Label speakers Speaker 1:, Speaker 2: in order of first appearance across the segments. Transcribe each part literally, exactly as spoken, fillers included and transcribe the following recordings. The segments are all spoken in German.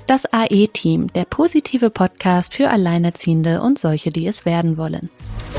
Speaker 1: Das A E-Team, der positive Podcast für Alleinerziehende und solche, die es werden wollen.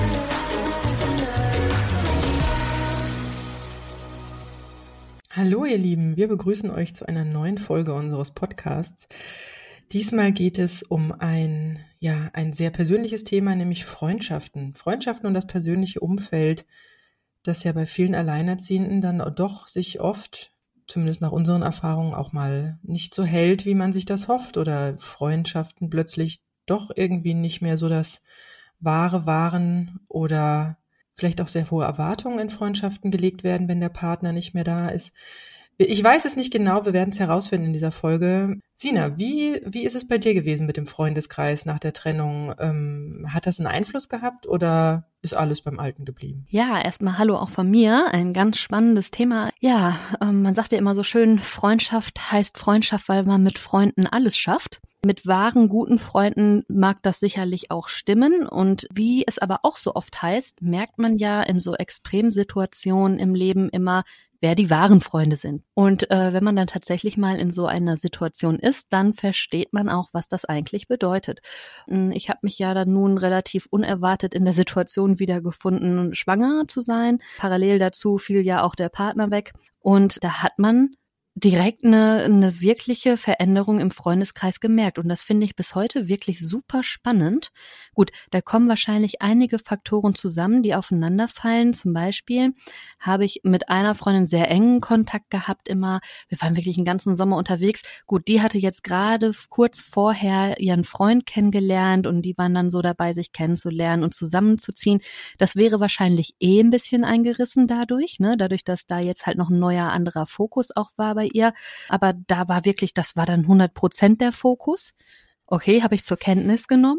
Speaker 2: Hallo ihr Lieben, wir begrüßen euch zu einer neuen Folge unseres Podcasts. Diesmal geht es um ein, ja, ein sehr persönliches Thema, nämlich Freundschaften. Freundschaften und das persönliche Umfeld, das ja bei vielen Alleinerziehenden dann doch sich oft, zumindest nach unseren Erfahrungen, auch mal nicht so hält, wie man sich das hofft, oder Freundschaften plötzlich doch irgendwie nicht mehr so das Wahre waren oder vielleicht auch sehr hohe Erwartungen in Freundschaften gelegt werden, wenn der Partner nicht mehr da ist. Ich weiß es nicht genau, wir werden es herausfinden in dieser Folge. Sina, wie, wie ist es bei dir gewesen mit dem Freundeskreis nach der Trennung? Ähm, hat das einen Einfluss gehabt oder ist alles beim Alten geblieben?
Speaker 1: Ja, erstmal hallo auch von mir. Ein ganz spannendes Thema. Ja, ähm, man sagt ja immer so schön, Freundschaft heißt Freundschaft, weil man mit Freunden alles schafft. Mit wahren, guten Freunden mag das sicherlich auch stimmen. Und wie es aber auch so oft heißt, merkt man ja in so Extremsituationen im Leben immer, wer die wahren Freunde sind. Und äh, wenn man dann tatsächlich mal in so einer Situation ist, dann versteht man auch, was das eigentlich bedeutet. Ich habe mich ja dann nun relativ unerwartet in der Situation wiedergefunden, schwanger zu sein. Parallel dazu fiel ja auch der Partner weg. Und da hat man direkt eine, eine wirkliche Veränderung im Freundeskreis gemerkt. Und das finde ich bis heute wirklich super spannend. Gut, da kommen wahrscheinlich einige Faktoren zusammen, die aufeinanderfallen. Zum Beispiel habe ich mit einer Freundin sehr engen Kontakt gehabt immer. Wir waren wirklich den ganzen Sommer unterwegs. Gut, die hatte jetzt gerade kurz vorher ihren Freund kennengelernt und die waren dann so dabei, sich kennenzulernen und zusammenzuziehen. Das wäre wahrscheinlich eh ein bisschen eingerissen dadurch, ne? Dadurch, dass da jetzt halt noch ein neuer, anderer Fokus auch war bei ihr. Aber da war wirklich, das war dann hundert Prozent der Fokus. Okay, habe ich zur Kenntnis genommen.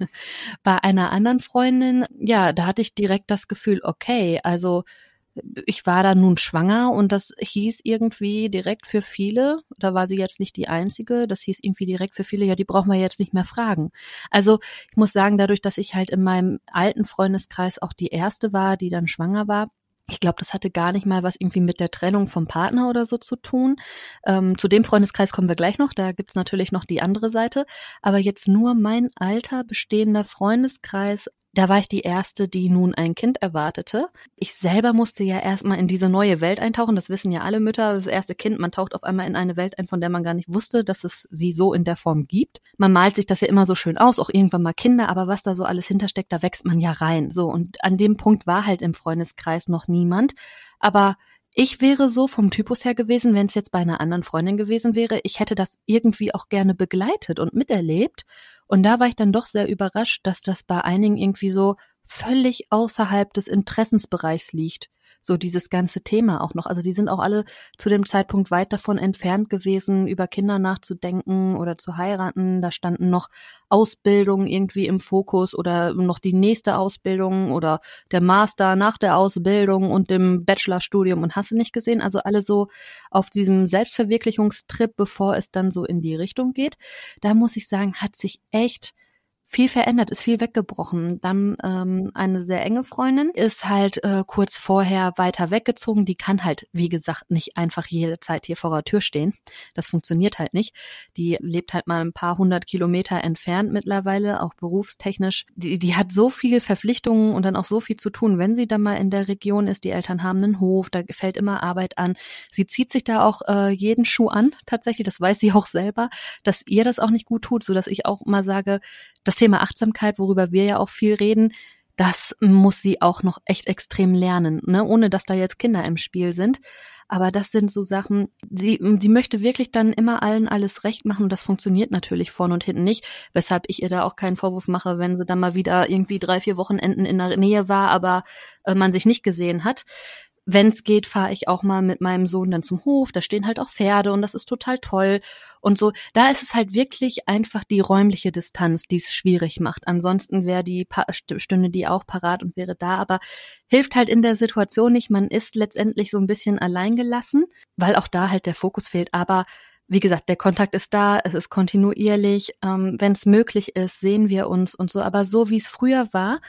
Speaker 1: Bei einer anderen Freundin, ja, da hatte ich direkt das Gefühl, okay, also ich war da nun schwanger und das hieß irgendwie direkt für viele, da war sie jetzt nicht die Einzige, das hieß irgendwie direkt für viele, ja, die brauchen wir jetzt nicht mehr fragen. Also ich muss sagen, dadurch, dass ich halt in meinem alten Freundeskreis auch die erste war, die dann schwanger war, ich glaube, das hatte gar nicht mal was irgendwie mit der Trennung vom Partner oder so zu tun. Ähm, zu dem Freundeskreis kommen wir gleich noch, da gibt's natürlich noch die andere Seite. Aber jetzt nur mein alter bestehender Freundeskreis, da war ich die Erste, die nun ein Kind erwartete. Ich selber musste ja erstmal in diese neue Welt eintauchen. Das wissen ja alle Mütter, das erste Kind, man taucht auf einmal in eine Welt ein, von der man gar nicht wusste, dass es sie so in der Form gibt. Man malt sich das ja immer so schön aus, auch irgendwann mal Kinder, aber was da so alles hintersteckt, da wächst man ja rein. So, und an dem Punkt war halt im Freundeskreis noch niemand. Aber ich wäre so vom Typus her gewesen, wenn es jetzt bei einer anderen Freundin gewesen wäre. Ich hätte das irgendwie auch gerne begleitet und miterlebt. Und da war ich dann doch sehr überrascht, dass das bei einigen irgendwie so völlig außerhalb des Interessensbereichs liegt. So dieses ganze Thema auch noch. Also die sind auch alle zu dem Zeitpunkt weit davon entfernt gewesen, über Kinder nachzudenken oder zu heiraten. Da standen noch Ausbildungen irgendwie im Fokus oder noch die nächste Ausbildung oder der Master nach der Ausbildung und dem Bachelorstudium und hast du nicht gesehen. Also alle so auf diesem Selbstverwirklichungstrip, bevor es dann so in die Richtung geht. Da muss ich sagen, hat sich echt viel verändert, ist viel weggebrochen. Dann ähm, eine sehr enge Freundin ist halt äh, kurz vorher weiter weggezogen. Die kann halt, wie gesagt, nicht einfach jede Zeit hier vor der Tür stehen. Das funktioniert halt nicht. Die lebt halt mal ein paar hundert Kilometer entfernt mittlerweile, auch berufstechnisch. Die, die hat so viel Verpflichtungen und dann auch so viel zu tun, wenn sie dann mal in der Region ist. Die Eltern haben einen Hof, da fällt immer Arbeit an. Sie zieht sich da auch äh, jeden Schuh an, tatsächlich. Das weiß sie auch selber, dass ihr das auch nicht gut tut, so dass ich auch mal sage, das Thema Achtsamkeit, worüber wir ja auch viel reden, das muss sie auch noch echt extrem lernen, ne? Ohne dass da jetzt Kinder im Spiel sind. Aber das sind so Sachen, sie, sie möchte wirklich dann immer allen alles recht machen und das funktioniert natürlich vorne und hinten nicht, weshalb ich ihr da auch keinen Vorwurf mache, wenn sie dann mal wieder irgendwie drei, vier Wochenenden in der Nähe war, aber äh, man sich nicht gesehen hat. Wenn es geht, fahre ich auch mal mit meinem Sohn dann zum Hof. Da stehen halt auch Pferde und das ist total toll. Und so, da ist es halt wirklich einfach die räumliche Distanz, die es schwierig macht. Ansonsten wäre die pa- stünde die auch parat und wäre da, aber hilft halt in der Situation nicht. Man ist letztendlich so ein bisschen alleingelassen, weil auch da halt der Fokus fehlt. Aber wie gesagt, der Kontakt ist da, es ist kontinuierlich. Ähm, wenn es möglich ist, sehen wir uns und so. Aber so wie es früher war,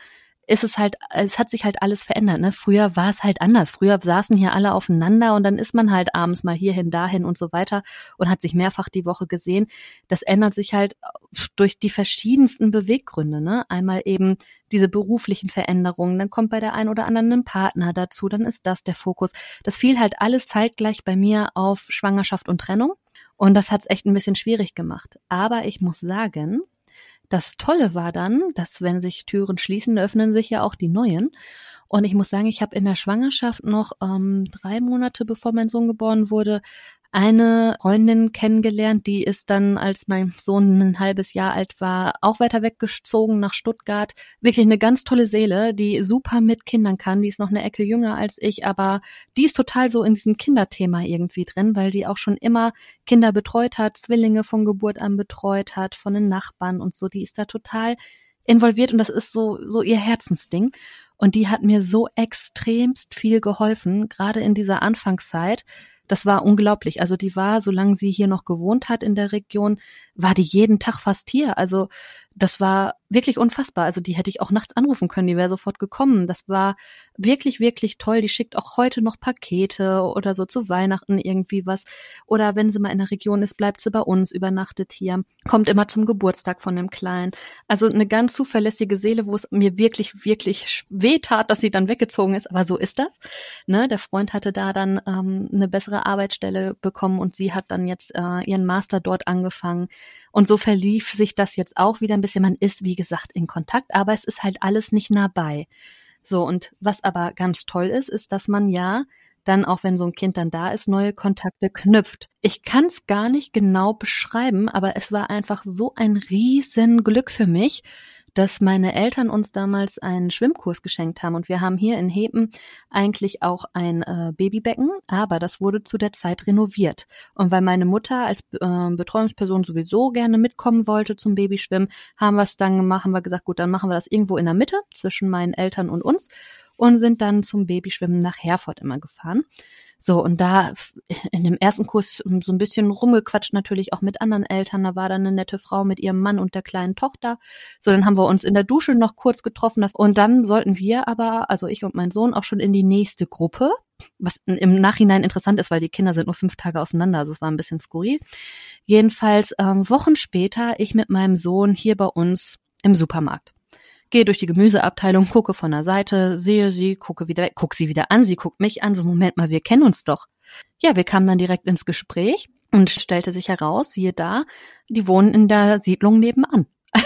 Speaker 1: ist es halt, es hat sich halt alles verändert, ne? Früher war es halt anders. Früher saßen hier alle aufeinander und dann ist man halt abends mal hierhin, dahin und so weiter und hat sich mehrfach die Woche gesehen. Das ändert sich halt durch die verschiedensten Beweggründe, ne? Einmal eben diese beruflichen Veränderungen, dann kommt bei der einen oder anderen ein Partner dazu, dann ist das der Fokus. Das fiel halt alles zeitgleich bei mir auf Schwangerschaft und Trennung und das hat es echt ein bisschen schwierig gemacht. Aber ich muss sagen, das Tolle war dann, dass wenn sich Türen schließen, öffnen sich ja auch die neuen. Und ich muss sagen, ich habe in der Schwangerschaft noch ähm, drei Monate, bevor mein Sohn geboren wurde, eine Freundin kennengelernt, die ist dann, als mein Sohn ein halbes Jahr alt war, auch weiter weggezogen nach Stuttgart. Wirklich eine ganz tolle Seele, die super mit Kindern kann. Die ist noch eine Ecke jünger als ich, aber die ist total so in diesem Kinderthema irgendwie drin, weil die auch schon immer Kinder betreut hat, Zwillinge von Geburt an betreut hat, von den Nachbarn und so. Die ist da total involviert und das ist so, so ihr Herzensding. Und die hat mir so extremst viel geholfen, gerade in dieser Anfangszeit. Das war unglaublich. Also die war, solange sie hier noch gewohnt hat in der Region, war die jeden Tag fast hier. Also das war wirklich unfassbar. Also die hätte ich auch nachts anrufen können, die wäre sofort gekommen. Das war wirklich, wirklich toll. Die schickt auch heute noch Pakete oder so zu Weihnachten irgendwie was. Oder wenn sie mal in der Region ist, bleibt sie bei uns, übernachtet hier, kommt immer zum Geburtstag von dem Kleinen. Also eine ganz zuverlässige Seele, wo es mir wirklich, wirklich weh tat, dass sie dann weggezogen ist. Aber so ist das. Ne? Der Freund hatte da dann ähm, eine bessere Arbeitsstelle bekommen und sie hat dann jetzt äh, ihren Master dort angefangen. Und so verlief sich das jetzt auch wieder ein bisschen. Man ist, wie gesagt, in Kontakt, aber es ist halt alles nicht nah bei. So, und was aber ganz toll ist, ist, dass man ja dann, auch wenn so ein Kind dann da ist, neue Kontakte knüpft. Ich kann es gar nicht genau beschreiben, aber es war einfach so ein Riesenglück für mich, dass meine Eltern uns damals einen Schwimmkurs geschenkt haben. Und wir haben hier in Hepen eigentlich auch ein äh, Babybecken, aber das wurde zu der Zeit renoviert. Und weil meine Mutter als äh, Betreuungsperson sowieso gerne mitkommen wollte zum Babyschwimmen, haben wir es dann gemacht, haben wir gesagt, gut, dann machen wir das irgendwo in der Mitte zwischen meinen Eltern und uns und sind dann zum Babyschwimmen nach Herford immer gefahren. So, und da in dem ersten Kurs so ein bisschen rumgequatscht, natürlich auch mit anderen Eltern. Da war dann eine nette Frau mit ihrem Mann und der kleinen Tochter. So, dann haben wir uns in der Dusche noch kurz getroffen. Und dann sollten wir aber, also ich und mein Sohn, auch schon in die nächste Gruppe. Was im Nachhinein interessant ist, weil die Kinder sind nur fünf Tage auseinander. Also es war ein bisschen skurril. Jedenfalls ähm, Wochen später, ich mit meinem Sohn hier bei uns im Supermarkt. Gehe durch die Gemüseabteilung, gucke von der Seite, sehe sie, gucke wieder weg, gucke sie wieder an, sie guckt mich an, so Moment mal, wir kennen uns doch. Ja, wir kamen dann direkt ins Gespräch und stellte sich heraus, siehe da, die wohnen in der Siedlung nebenan.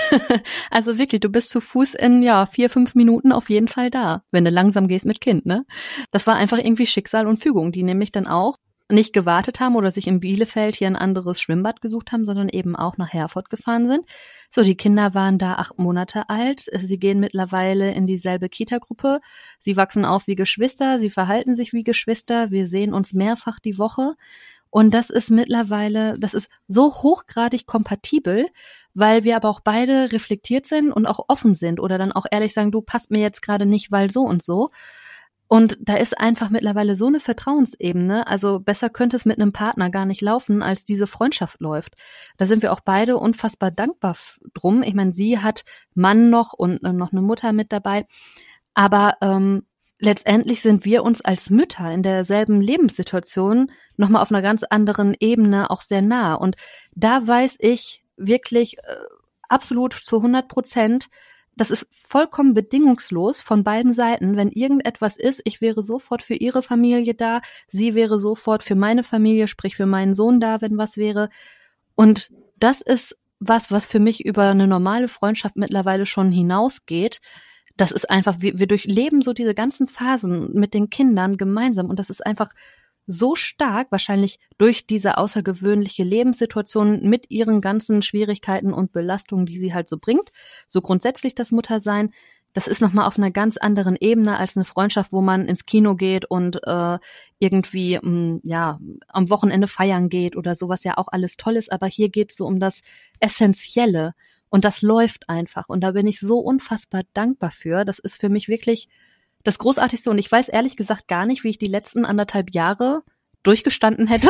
Speaker 1: Also wirklich, du bist zu Fuß in ja vier, fünf Minuten auf jeden Fall da, wenn du langsam gehst mit Kind, ne? Das war einfach irgendwie Schicksal und Fügung, die nämlich dann auch nicht gewartet haben oder sich in Bielefeld hier ein anderes Schwimmbad gesucht haben, sondern eben auch nach Herford gefahren sind. So, die Kinder waren da acht Monate alt. Sie gehen mittlerweile in dieselbe Kita-Gruppe. Sie wachsen auf wie Geschwister. Sie verhalten sich wie Geschwister. Wir sehen uns mehrfach die Woche. Und das ist mittlerweile, das ist so hochgradig kompatibel, weil wir aber auch beide reflektiert sind und auch offen sind oder dann auch ehrlich sagen, du passt mir jetzt gerade nicht, weil so und so. Und da ist einfach mittlerweile so eine Vertrauensebene, also besser könnte es mit einem Partner gar nicht laufen, als diese Freundschaft läuft. Da sind wir auch beide unfassbar dankbar drum. Ich meine, sie hat Mann noch und noch eine Mutter mit dabei, aber ähm, letztendlich sind wir uns als Mütter in derselben Lebenssituation nochmal auf einer ganz anderen Ebene auch sehr nah. Und da weiß ich wirklich äh, absolut zu hundert Prozent, das ist vollkommen bedingungslos von beiden Seiten. Wenn irgendetwas ist, ich wäre sofort für ihre Familie da, sie wäre sofort für meine Familie, sprich für meinen Sohn da, wenn was wäre. Und das ist was, was für mich über eine normale Freundschaft mittlerweile schon hinausgeht. Das ist einfach, wir, wir durchleben so diese ganzen Phasen mit den Kindern gemeinsam und das ist einfach so stark, wahrscheinlich durch diese außergewöhnliche Lebenssituation mit ihren ganzen Schwierigkeiten und Belastungen, die sie halt so bringt. So grundsätzlich das Muttersein, das ist nochmal auf einer ganz anderen Ebene als eine Freundschaft, wo man ins Kino geht und äh, irgendwie mh, ja am Wochenende feiern geht oder sowas ja auch alles toll ist. Aber hier geht es so um das Essentielle und das läuft einfach. Und da bin ich so unfassbar dankbar für. Das ist für mich wirklich das Großartigste und ich weiß ehrlich gesagt gar nicht, wie ich die letzten anderthalb Jahre durchgestanden hätte,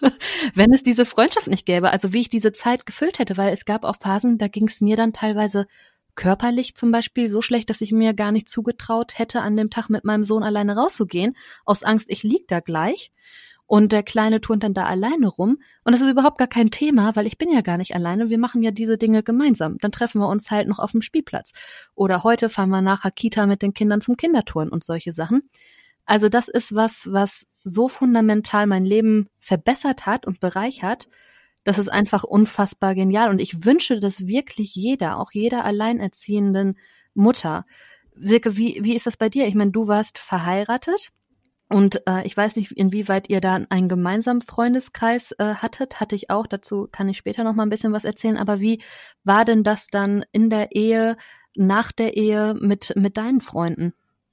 Speaker 1: wenn es diese Freundschaft nicht gäbe, also wie ich diese Zeit gefüllt hätte, weil es gab auch Phasen, da ging es mir dann teilweise körperlich zum Beispiel so schlecht, dass ich mir gar nicht zugetraut hätte, an dem Tag mit meinem Sohn alleine rauszugehen, aus Angst, ich lieg da gleich. Und der Kleine turnt dann da alleine rum. Und das ist überhaupt gar kein Thema, weil ich bin ja gar nicht alleine. Wir machen ja diese Dinge gemeinsam. Dann treffen wir uns halt noch auf dem Spielplatz. Oder heute fahren wir nachher Kita mit den Kindern zum Kinderturnen und solche Sachen. Also das ist was, was so fundamental mein Leben verbessert hat und bereichert. Das ist einfach unfassbar genial. Und ich wünsche das wirklich jeder, auch jeder alleinerziehenden Mutter. Silke, wie, wie ist das bei dir? Ich meine, du warst verheiratet. Und äh, ich weiß nicht, inwieweit ihr da einen gemeinsamen Freundeskreis äh, hattet. Hatte ich auch. Dazu kann ich später noch mal ein bisschen was erzählen. Aber wie war denn das dann in der Ehe, nach der Ehe mit mit deinen Freunden?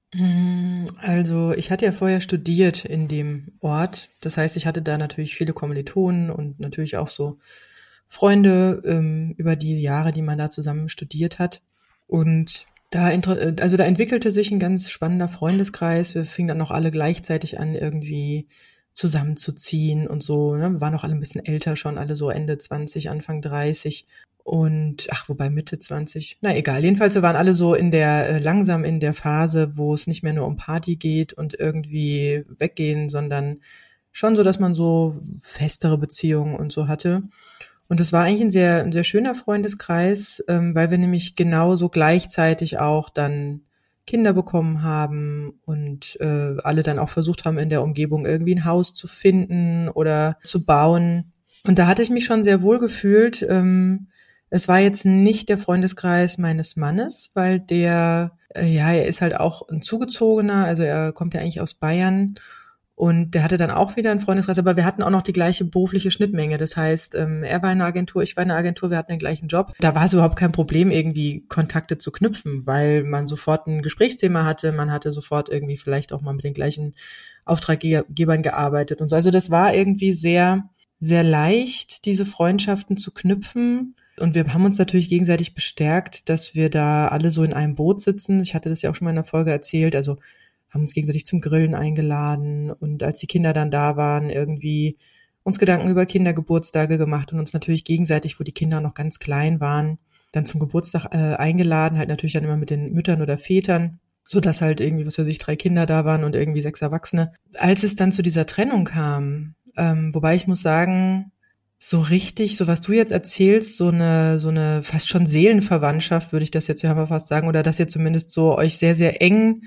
Speaker 2: Also ich hatte ja vorher studiert in dem Ort. Das heißt, ich hatte da natürlich viele Kommilitonen und natürlich auch so Freunde ähm, über die Jahre, die man da zusammen studiert hat. Und Da, also da entwickelte sich ein ganz spannender Freundeskreis. Wir fingen dann auch alle gleichzeitig an, irgendwie zusammenzuziehen und so. Ne? Wir waren auch alle ein bisschen älter schon, alle so Ende zwanzig, Anfang dreißig und, ach, wobei Mitte zwanzig. Na egal, jedenfalls, wir waren alle so in der, äh, langsam in der Phase, wo es nicht mehr nur um Party geht und irgendwie weggehen, sondern schon so, dass man so festere Beziehungen und so hatte. Und es war eigentlich ein sehr, ein sehr schöner Freundeskreis, ähm, weil wir nämlich genauso gleichzeitig auch dann Kinder bekommen haben und äh, alle dann auch versucht haben, in der Umgebung irgendwie ein Haus zu finden oder zu bauen. Und da hatte ich mich schon sehr wohl gefühlt. Ähm, es war jetzt nicht der Freundeskreis meines Mannes, weil der, äh, ja, er ist halt auch ein Zugezogener, also er kommt ja eigentlich aus Bayern. Und der hatte dann auch wieder einen Freundeskreis, aber wir hatten auch noch die gleiche berufliche Schnittmenge. Das heißt, ähm, er war in einer Agentur, ich war in einer Agentur, wir hatten den gleichen Job. Da war es überhaupt kein Problem, irgendwie Kontakte zu knüpfen, weil man sofort ein Gesprächsthema hatte, man hatte sofort irgendwie vielleicht auch mal mit den gleichen Auftraggebern gearbeitet und so. Also das war irgendwie sehr, sehr leicht, diese Freundschaften zu knüpfen. Und wir haben uns natürlich gegenseitig bestärkt, dass wir da alle so in einem Boot sitzen. Ich hatte das ja auch schon mal in einer Folge erzählt, also haben uns gegenseitig zum Grillen eingeladen und als die Kinder dann da waren, irgendwie uns Gedanken über Kindergeburtstage gemacht und uns natürlich gegenseitig, wo die Kinder noch ganz klein waren, dann zum Geburtstag äh, eingeladen, halt natürlich dann immer mit den Müttern oder Vätern, so dass halt irgendwie, was weiß ich, drei Kinder da waren und irgendwie sechs Erwachsene. Als es dann zu dieser Trennung kam, ähm, wobei ich muss sagen, so richtig, so was du jetzt erzählst, so eine, so eine fast schon Seelenverwandtschaft, würde ich das jetzt ja fast sagen, oder dass ihr zumindest so euch sehr, sehr eng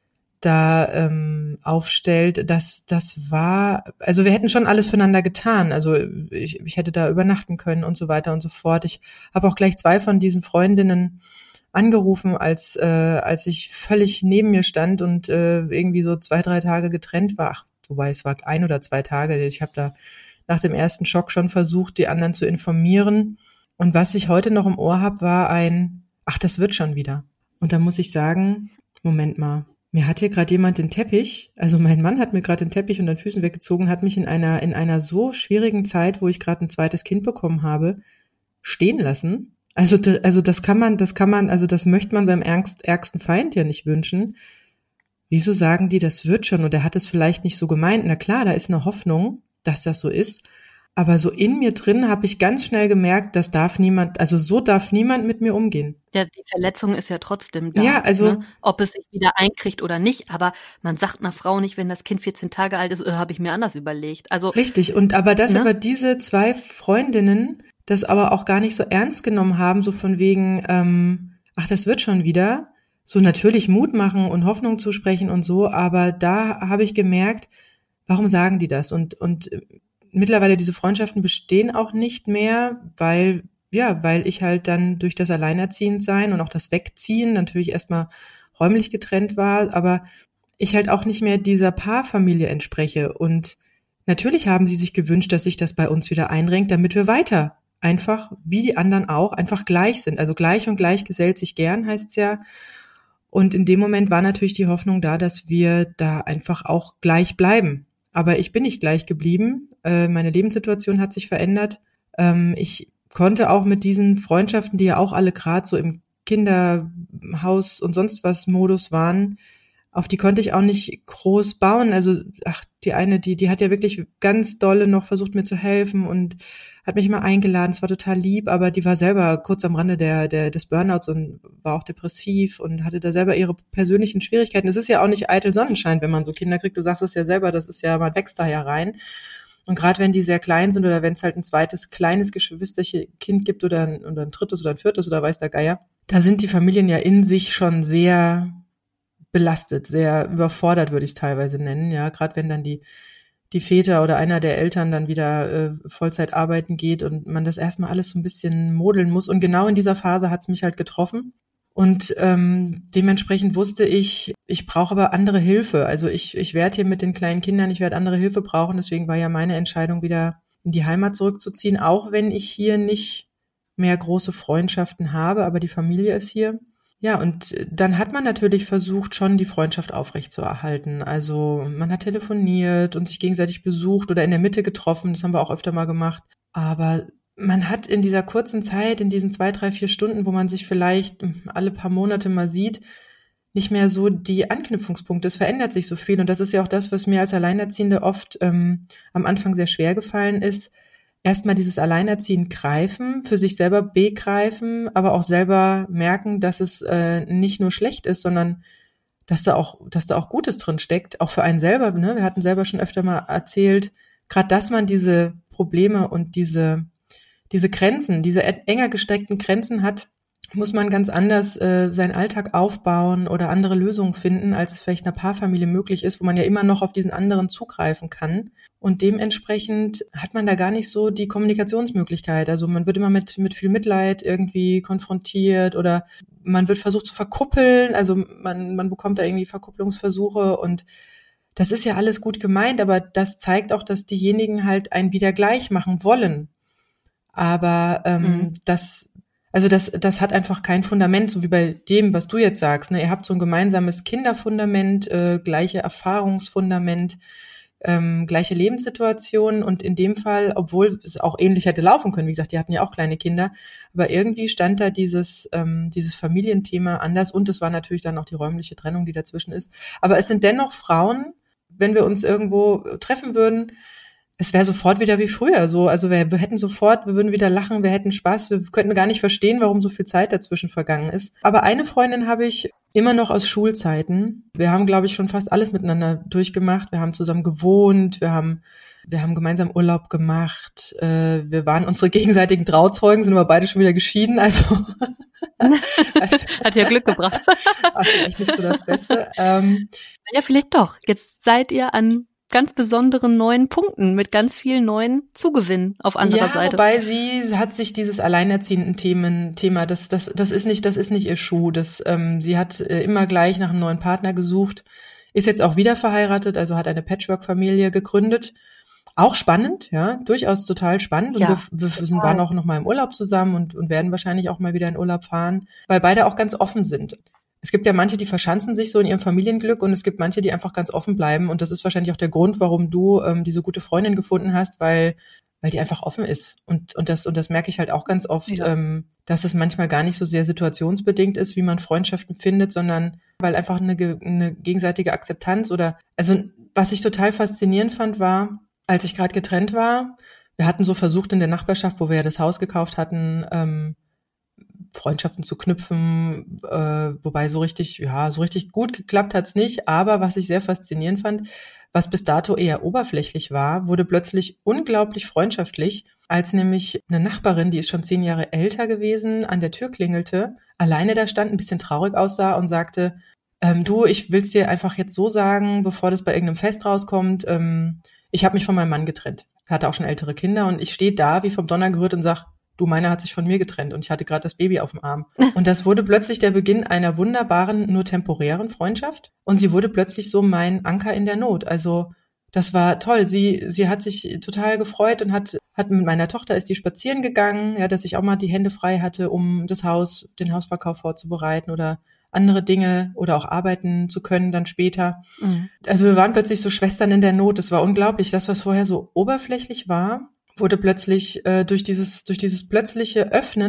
Speaker 2: da ähm, aufstellt, das das war, also wir hätten schon alles füreinander getan, also ich, ich hätte da übernachten können und so weiter und so fort. Ich habe auch gleich zwei von diesen Freundinnen angerufen, als äh, als ich völlig neben mir stand und äh, irgendwie so zwei, drei Tage getrennt war. Ach, wobei es war ein oder zwei Tage. Ich habe da nach dem ersten Schock schon versucht, die anderen zu informieren. Und was ich heute noch im Ohr habe, war ein, ach, das wird schon wieder. Und da muss ich sagen, Moment mal, mir hat hier gerade jemand den Teppich, also mein Mann hat mir gerade den Teppich unter den Füßen weggezogen, hat mich in einer in einer so schwierigen Zeit, wo ich gerade ein zweites Kind bekommen habe, stehen lassen. Also also das kann man, das kann man, also das möchte man seinem ärgst, ärgsten Feind ja nicht wünschen. Wieso sagen die, das wird schon? Und er hat es vielleicht nicht so gemeint. Na klar, da ist eine Hoffnung, dass das so ist. Aber so in mir drin habe ich ganz schnell gemerkt, das darf niemand, also so darf niemand mit mir umgehen.
Speaker 1: Ja, die Verletzung ist ja trotzdem da.
Speaker 2: Ja, also
Speaker 1: ne? Ob es sich wieder einkriegt oder nicht, aber man sagt einer Frau nicht, wenn das Kind vierzehn Tage alt ist, äh, habe ich mir anders überlegt. Also
Speaker 2: richtig, und aber dass
Speaker 1: ne?
Speaker 2: aber diese zwei Freundinnen das aber auch gar nicht so ernst genommen haben, so von wegen, ähm, ach, das wird schon wieder, so natürlich Mut machen und Hoffnung zusprechen und so, aber da habe ich gemerkt, warum sagen die das? Und und mittlerweile diese Freundschaften bestehen auch nicht mehr, weil, ja, weil ich halt dann durch das Alleinerziehendsein und auch das Wegziehen natürlich erstmal räumlich getrennt war, aber ich halt auch nicht mehr dieser Paarfamilie entspreche. Und natürlich haben sie sich gewünscht, dass sich das bei uns wieder einrenkt, damit wir weiter einfach, wie die anderen auch, einfach gleich sind. Also gleich und gleich gesellt sich gern, heißt's ja. Und in dem Moment war natürlich die Hoffnung da, dass wir da einfach auch gleich bleiben. Aber ich bin nicht gleich geblieben. Meine Lebenssituation hat sich verändert. Ich konnte auch mit diesen Freundschaften, die ja auch alle gerade so im Kinderhaus und sonst was Modus waren, auf die konnte ich auch nicht groß bauen. Also, ach, die eine, die, die hat ja wirklich ganz dolle noch versucht, mir zu helfen und hat mich mal eingeladen. Es war total lieb, aber die war selber kurz am Rande der, der, des Burnouts und war auch depressiv und hatte da selber ihre persönlichen Schwierigkeiten. Es ist ja auch nicht eitel Sonnenschein, wenn man so Kinder kriegt. Du sagst es ja selber, das ist ja, man wächst da ja rein. Und gerade wenn die sehr klein sind oder wenn es halt ein zweites kleines Geschwisterchen-Kind gibt oder ein, oder ein drittes oder ein viertes oder weiß der Geier, da sind die Familien ja in sich schon sehr belastet, sehr überfordert, würde ich es teilweise nennen, ja, gerade wenn dann die die Väter oder einer der Eltern dann wieder äh, Vollzeit arbeiten geht und man das erstmal alles so ein bisschen modeln muss. Und genau in dieser Phase hat es mich halt getroffen. Und ähm, dementsprechend wusste ich, ich brauche aber andere Hilfe. Also ich ich werde hier mit den kleinen Kindern, ich werde andere Hilfe brauchen. Deswegen war ja meine Entscheidung, wieder in die Heimat zurückzuziehen, auch wenn ich hier nicht mehr große Freundschaften habe, aber die Familie ist hier. Ja, und dann hat man natürlich versucht, schon die Freundschaft aufrechtzuerhalten. Also man hat telefoniert und sich gegenseitig besucht oder in der Mitte getroffen. Das haben wir auch öfter mal gemacht. Aber man hat in dieser kurzen Zeit, in diesen zwei, drei, vier Stunden, wo man sich vielleicht alle paar Monate mal sieht, nicht mehr so die Anknüpfungspunkte. Es verändert sich so viel. Und das ist ja auch das, was mir als Alleinerziehende oft ähm, am Anfang sehr schwer gefallen ist. Erstmal dieses Alleinerziehen greifen, für sich selber begreifen, aber auch selber merken, dass es äh, nicht nur schlecht ist, sondern dass da auch, dass da auch Gutes drin steckt, auch für einen selber. Ne? Wir hatten selber schon öfter mal erzählt, gerade dass man diese Probleme und diese diese Grenzen, diese enger gesteckten Grenzen hat, muss man ganz anders äh, seinen Alltag aufbauen oder andere Lösungen finden, als es vielleicht einer Paarfamilie möglich ist, wo man ja immer noch auf diesen anderen zugreifen kann. Und dementsprechend hat man da gar nicht so die Kommunikationsmöglichkeit. Also man wird immer mit mit viel Mitleid irgendwie konfrontiert oder man wird versucht zu verkuppeln. Also man man bekommt da irgendwie Verkupplungsversuche und das ist ja alles gut gemeint, aber das zeigt auch, dass diejenigen halt einen wieder gleich machen wollen. Aber ähm, mhm. das Also das, das hat einfach kein Fundament, so wie bei dem, was du jetzt sagst. Ne? Ihr habt so ein gemeinsames Kinderfundament, äh, gleiche Erfahrungsfundament, ähm, gleiche Lebenssituationen und in dem Fall, obwohl es auch ähnlich hätte laufen können, wie gesagt, die hatten ja auch kleine Kinder, aber irgendwie stand da dieses ähm, dieses Familienthema anders und es war natürlich dann auch die räumliche Trennung, die dazwischen ist. Aber es sind dennoch Frauen, wenn wir uns irgendwo treffen würden, es wäre sofort wieder wie früher so. Also wir, wir hätten sofort, wir würden wieder lachen, wir hätten Spaß, wir könnten gar nicht verstehen, warum so viel Zeit dazwischen vergangen ist. Aber eine Freundin habe ich immer noch aus Schulzeiten. Wir haben, glaube ich, schon fast alles miteinander durchgemacht. Wir haben zusammen gewohnt, wir haben wir haben gemeinsam Urlaub gemacht, äh, wir waren unsere gegenseitigen Trauzeugen, sind aber beide schon wieder geschieden. Also,
Speaker 1: also hat ja Glück gebracht.
Speaker 2: War vielleicht nicht so das Beste. Ähm,
Speaker 1: ja, vielleicht doch. Jetzt seid ihr an ganz besonderen neuen Punkten mit ganz vielen neuen Zugewinnen auf anderer
Speaker 2: ja,
Speaker 1: Seite.
Speaker 2: Wobei sie hat sich dieses alleinerziehenden Themen Thema, das das das ist nicht das ist nicht ihr Schuh. Das ähm, sie hat äh, immer gleich nach einem neuen Partner gesucht, ist jetzt auch wieder verheiratet, also hat eine Patchwork-Familie gegründet. Auch spannend, ja, durchaus total spannend. Und
Speaker 1: ja,
Speaker 2: wir, wir sind, waren auch noch mal im Urlaub zusammen und und werden wahrscheinlich auch mal wieder in Urlaub fahren, weil beide auch ganz offen sind. Es gibt ja manche, die verschanzen sich so in ihrem Familienglück und es gibt manche, die einfach ganz offen bleiben. Und das ist wahrscheinlich auch der Grund, warum du ähm, diese gute Freundin gefunden hast, weil weil die einfach offen ist. Und und das und das merke ich halt auch ganz oft, ja. ähm, dass es manchmal gar nicht so sehr situationsbedingt ist, wie man Freundschaften findet, sondern weil einfach eine, eine gegenseitige Akzeptanz oder also was ich total faszinierend fand, war, als ich gerade getrennt war, wir hatten so versucht in der Nachbarschaft, wo wir ja das Haus gekauft hatten, ähm, Freundschaften zu knüpfen, äh, wobei so richtig, ja, so richtig gut geklappt hat's nicht. Aber was ich sehr faszinierend fand, was bis dato eher oberflächlich war, wurde plötzlich unglaublich freundschaftlich, als nämlich eine Nachbarin, die ist schon zehn Jahre älter gewesen, an der Tür klingelte, alleine da stand, ein bisschen traurig aussah und sagte, ähm, du, ich will's dir einfach jetzt so sagen, bevor das bei irgendeinem Fest rauskommt, ähm, ich habe mich von meinem Mann getrennt. Er hatte auch schon ältere Kinder und ich stehe da wie vom Donner gerührt und sag, du, meiner hat sich von mir getrennt und ich hatte gerade das Baby auf dem Arm. Und das wurde plötzlich der Beginn einer wunderbaren, nur temporären Freundschaft. Und sie wurde plötzlich so mein Anker in der Not. Also das war toll. Sie sie hat sich total gefreut und hat hat mit meiner Tochter ist die spazieren gegangen, ja, dass ich auch mal die Hände frei hatte, um das Haus, den Hausverkauf vorzubereiten oder andere Dinge oder auch arbeiten zu können dann später. Mhm. Also wir waren plötzlich so Schwestern in der Not. Das war unglaublich. Das, was vorher so oberflächlich war, wurde plötzlich äh, durch dieses durch dieses plötzliche Öffnen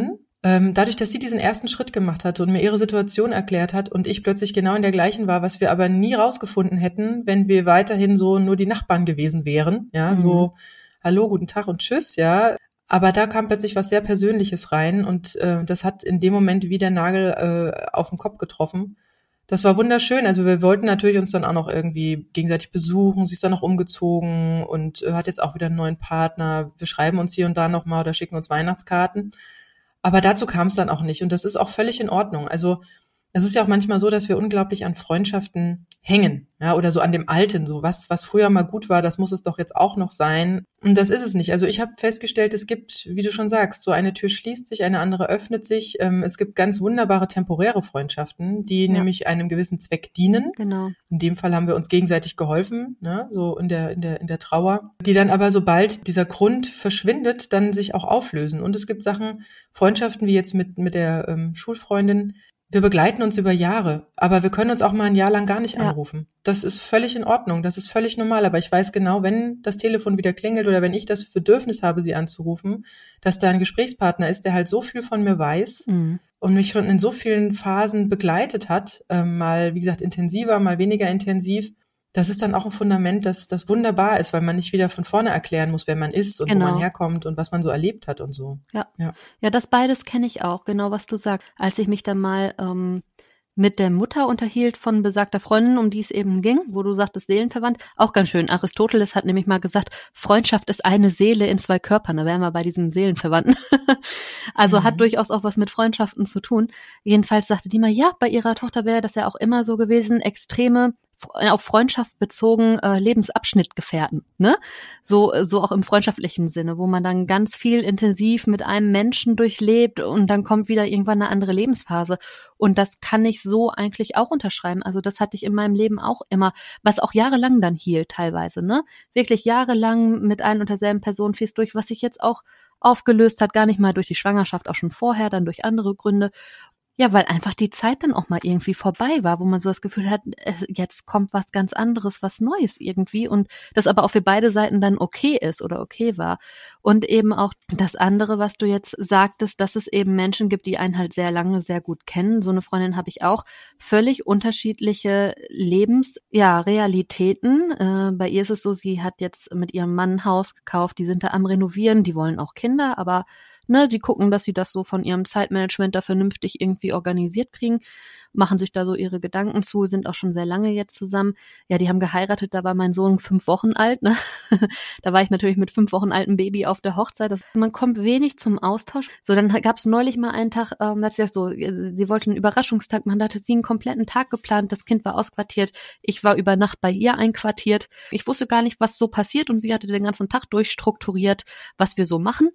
Speaker 2: ähm, dadurch, dass sie diesen ersten Schritt gemacht hat und mir ihre Situation erklärt hat und ich plötzlich genau in der gleichen war, was wir aber nie rausgefunden hätten, wenn wir weiterhin so nur die Nachbarn gewesen wären, ja, mhm. so hallo, guten Tag und tschüss, ja. Aber da kam plötzlich was sehr Persönliches rein und äh, das hat in dem Moment wie der Nagel äh, auf den Kopf getroffen. Das war wunderschön. Also wir wollten natürlich uns dann auch noch irgendwie gegenseitig besuchen. Sie ist dann noch umgezogen und äh, hat jetzt auch wieder einen neuen Partner. Wir schreiben uns hier und da nochmal oder schicken uns Weihnachtskarten. Aber dazu kam es dann auch nicht und das ist auch völlig in Ordnung. Also es ist ja auch manchmal so, dass wir unglaublich an Freundschaften hängen, ja, oder so an dem Alten, so was, was früher mal gut war, das muss es doch jetzt auch noch sein. Und das ist es nicht. Also ich habe festgestellt, es gibt, wie du schon sagst, so eine Tür schließt sich, eine andere öffnet sich. Ähm, es gibt ganz wunderbare temporäre Freundschaften, die ja. nämlich einem gewissen Zweck dienen.
Speaker 1: Genau.
Speaker 2: In dem Fall haben wir uns gegenseitig geholfen, ne, so in der in der in der Trauer, die dann aber sobald dieser Grund verschwindet, dann sich auch auflösen. Und es gibt Sachen, Freundschaften wie jetzt mit mit der ähm, Schulfreundin. Wir begleiten uns über Jahre, aber wir können uns auch mal ein Jahr lang gar nicht
Speaker 1: ja.
Speaker 2: anrufen. Das ist völlig in Ordnung, das ist völlig normal, aber ich weiß genau, wenn das Telefon wieder klingelt oder wenn ich das Bedürfnis habe, sie anzurufen, dass da ein Gesprächspartner ist, der halt so viel von mir weiß mhm. und mich schon in so vielen Phasen begleitet hat, äh, mal, wie gesagt, intensiver, mal weniger intensiv. Das ist dann auch ein Fundament, das, das wunderbar ist, weil man nicht wieder von vorne erklären muss, wer man ist und genau. wo man herkommt und was man so erlebt hat und so.
Speaker 1: Ja, ja, ja das beides kenne ich auch, genau was du sagst. Als ich mich dann mal ähm, mit der Mutter unterhielt von besagter Freundin, um die es eben ging, wo du sagtest, seelenverwandt, auch ganz schön. Aristoteles hat nämlich mal gesagt, Freundschaft ist eine Seele in zwei Körpern. Da wären wir bei diesem Seelenverwandten. also mhm. hat durchaus auch was mit Freundschaften zu tun. Jedenfalls sagte die mal, ja, bei ihrer Tochter wäre das ja auch immer so gewesen, extreme auf Freundschaft bezogen äh, Lebensabschnittgefährten, ne? So so auch im freundschaftlichen Sinne, wo man dann ganz viel intensiv mit einem Menschen durchlebt und dann kommt wieder irgendwann eine andere Lebensphase. Und das kann ich so eigentlich auch unterschreiben. Also das hatte ich in meinem Leben auch immer, was auch jahrelang dann hielt teilweise, ne? Wirklich jahrelang mit ein und derselben Person fließt durch, was sich jetzt auch aufgelöst hat, gar nicht mal durch die Schwangerschaft, auch schon vorher, dann durch andere Gründe. Ja, weil einfach die Zeit dann auch mal irgendwie vorbei war, wo man so das Gefühl hat, jetzt kommt was ganz anderes, was Neues irgendwie und das aber auch für beide Seiten dann okay ist oder okay war. Und eben auch das andere, was du jetzt sagtest, dass es eben Menschen gibt, die einen halt sehr lange sehr gut kennen. So eine Freundin habe ich auch. Völlig unterschiedliche Lebens, ja, Realitäten. Äh, bei ihr ist es so, sie hat jetzt mit ihrem Mann ein Haus gekauft, die sind da am Renovieren, die wollen auch Kinder, aber Ne, die gucken, dass sie das so von ihrem Zeitmanagement da vernünftig irgendwie organisiert kriegen, machen sich da so ihre Gedanken zu, sind auch schon sehr lange jetzt zusammen. Ja, die haben geheiratet, da war mein Sohn fünf Wochen alt, ne? Da war ich natürlich mit fünf Wochen altem Baby auf der Hochzeit. Das, man kommt wenig zum Austausch. So, dann gab es neulich mal einen Tag, ähm, da hat sie gesagt, so, sie wollte einen Überraschungstag machen, da hatte sie einen kompletten Tag geplant, das Kind war ausquartiert, ich war über Nacht bei ihr einquartiert. Ich wusste gar nicht, was so passiert und sie hatte den ganzen Tag durchstrukturiert, was wir so machen.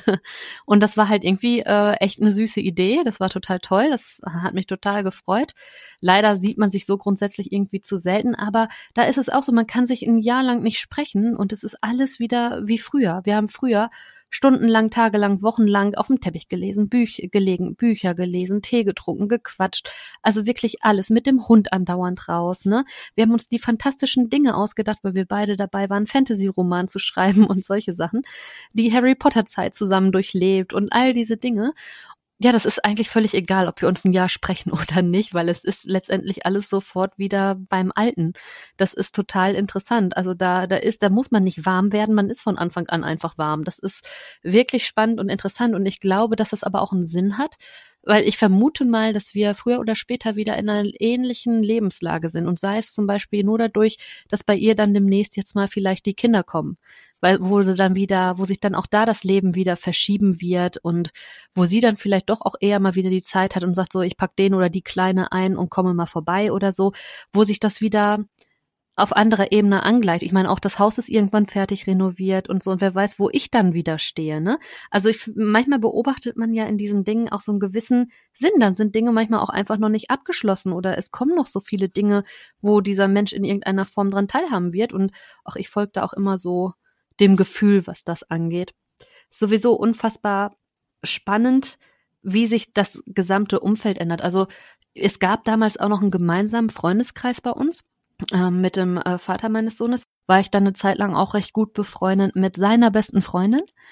Speaker 1: Und das war halt irgendwie äh, echt eine süße Idee. Das war total toll. Das hat mich total gefreut. Leider sieht man sich so grundsätzlich irgendwie zu selten. Aber da ist es auch so, man kann sich ein Jahr lang nicht sprechen und es ist alles wieder wie früher. Wir haben früher stundenlang, tagelang, wochenlang auf dem Teppich gelesen, Büch gelegen, Bücher gelesen, Tee getrunken, gequatscht. Also wirklich alles. Mit dem Hund andauernd raus. Ne? Wir haben uns die fantastischen Dinge ausgedacht, weil wir beide dabei waren, Fantasy-Roman zu schreiben und solche Sachen. Die Harry-Potter-Zeit zusammen durchlebt und all diese Dinge. Ja, das ist eigentlich völlig egal, ob wir uns ein Jahr sprechen oder nicht, weil es ist letztendlich alles sofort wieder beim Alten. Das ist total interessant. Also da, da ist, da muss man nicht warm werden, man ist von Anfang an einfach warm. Das ist wirklich spannend und interessant und ich glaube, dass das aber auch einen Sinn hat, weil ich vermute mal, dass wir früher oder später wieder in einer ähnlichen Lebenslage sind und sei es zum Beispiel nur dadurch, dass bei ihr dann demnächst jetzt mal vielleicht die Kinder kommen, weil wo sie dann wieder, wo sich dann auch da das Leben wieder verschieben wird und wo sie dann vielleicht doch auch eher mal wieder die Zeit hat und sagt so, ich pack den oder die Kleine ein und komme mal vorbei oder so, wo sich das wieder auf anderer Ebene angleicht. Ich meine, auch das Haus ist irgendwann fertig renoviert und so und wer weiß, wo ich dann wieder stehe, ne? Also ich, manchmal beobachtet man ja in diesen Dingen auch so einen gewissen Sinn. Dann sind Dinge manchmal auch einfach noch nicht abgeschlossen oder es kommen noch so viele Dinge, wo dieser Mensch in irgendeiner Form dran teilhaben wird und auch ich folge da auch immer so dem Gefühl, was das angeht. Sowieso unfassbar spannend, wie sich das gesamte Umfeld ändert. Also es gab damals auch noch einen gemeinsamen Freundeskreis bei uns. Ähm, mit dem äh, Vater meines Sohnes war ich dann eine Zeit lang auch recht gut befreundet mit seiner besten Freundin.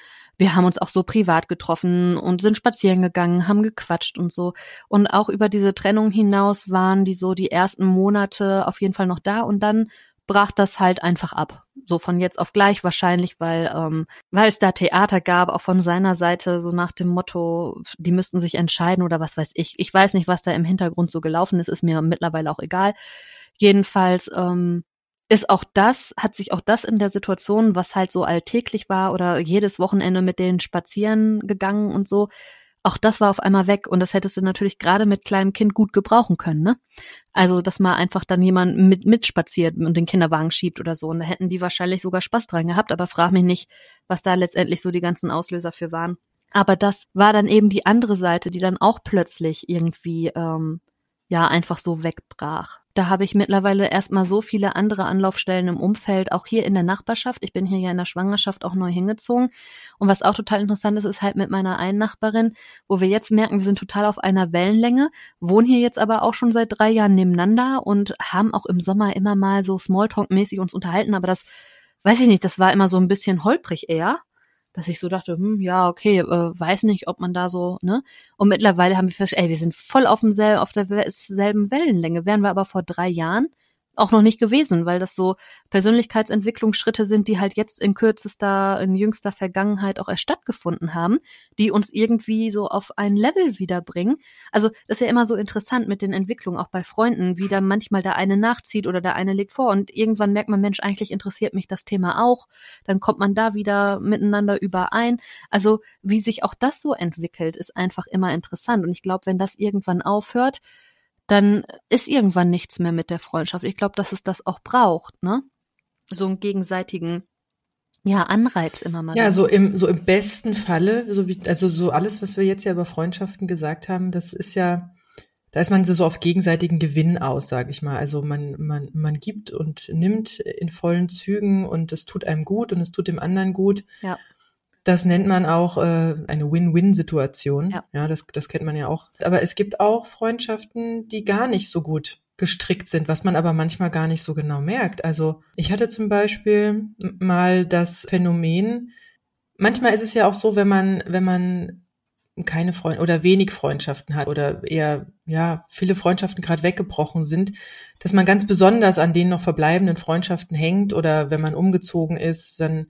Speaker 1: wir haben uns auch so privat getroffen und sind spazieren gegangen, haben gequatscht und so. Und auch über diese Trennung hinaus waren die so die ersten Monate auf jeden Fall noch da und dann brach das halt einfach ab. So von jetzt auf gleich wahrscheinlich, weil ähm, weil es da Theater gab, auch von seiner Seite, so nach dem Motto, die müssten sich entscheiden oder was weiß ich. Ich weiß nicht, was da im Hintergrund so gelaufen ist, ist mir mittlerweile auch egal. Jedenfalls ähm, ist auch das, hat sich auch das in der Situation, was halt so alltäglich war oder jedes Wochenende mit denen spazieren gegangen und so, auch das war auf einmal weg und das hättest du natürlich gerade mit kleinem Kind gut gebrauchen können, ne? Also, dass mal einfach dann jemand mit mitspaziert und den Kinderwagen schiebt oder so und da hätten die wahrscheinlich sogar Spaß dran gehabt, aber frag mich nicht, was da letztendlich so die ganzen Auslöser für waren. Aber das war dann eben die andere Seite, die dann auch plötzlich irgendwie ähm, ja einfach so wegbrach. Da habe ich mittlerweile erstmal so viele andere Anlaufstellen im Umfeld, auch hier in der Nachbarschaft. Ich bin hier ja in der Schwangerschaft auch neu hingezogen. Und was auch total interessant ist, ist halt mit meiner einen Nachbarin, wo wir jetzt merken, wir sind total auf einer Wellenlänge, wohnen hier jetzt aber auch schon seit drei Jahren nebeneinander und haben auch im Sommer immer mal so Smalltalk-mäßig uns unterhalten. Aber das, weiß ich nicht, das war immer so ein bisschen holprig eher. Dass ich so dachte, hm, ja, okay, äh, weiß nicht, ob man da so, ne? Und mittlerweile haben wir festgestellt, ey, wir sind voll auf demselben, auf derselben Wellenlänge. Wären wir aber vor drei Jahren auch noch nicht gewesen, weil das so Persönlichkeitsentwicklungsschritte sind, die halt jetzt in kürzester, in jüngster Vergangenheit auch erst stattgefunden haben, die uns irgendwie so auf ein Level wiederbringen. Also das ist ja immer so interessant mit den Entwicklungen, auch bei Freunden, wie dann manchmal der eine nachzieht oder der eine legt vor und irgendwann merkt man, Mensch, eigentlich interessiert mich das Thema auch. Dann kommt man da wieder miteinander überein. Also wie sich auch das so entwickelt, ist einfach immer interessant. Und ich glaube, wenn das irgendwann aufhört, dann ist irgendwann nichts mehr mit der Freundschaft. Ich glaube, dass es das auch braucht, ne? So einen gegenseitigen, ja, Anreiz immer mal.
Speaker 2: Ja,
Speaker 1: wieder.
Speaker 2: so im, so im besten Falle, so wie, also so alles, was wir jetzt ja über Freundschaften gesagt haben, das ist ja, da ist man so auf gegenseitigen Gewinn aus, sage ich mal. Also man, man, man gibt und nimmt in vollen Zügen und es tut einem gut und es tut dem anderen gut.
Speaker 1: Ja.
Speaker 2: Das nennt man auch äh, eine Win-Win-Situation.
Speaker 1: Ja.
Speaker 2: Ja, das, das kennt man ja auch. Aber es gibt auch Freundschaften, die gar nicht so gut gestrickt sind, was man aber manchmal gar nicht so genau merkt. Also ich hatte zum Beispiel mal das Phänomen, manchmal ist es ja auch so, wenn man, wenn man keine Freunde oder wenig Freundschaften hat oder eher, ja, viele Freundschaften gerade weggebrochen sind, dass man ganz besonders an den noch verbleibenden Freundschaften hängt oder wenn man umgezogen ist, dann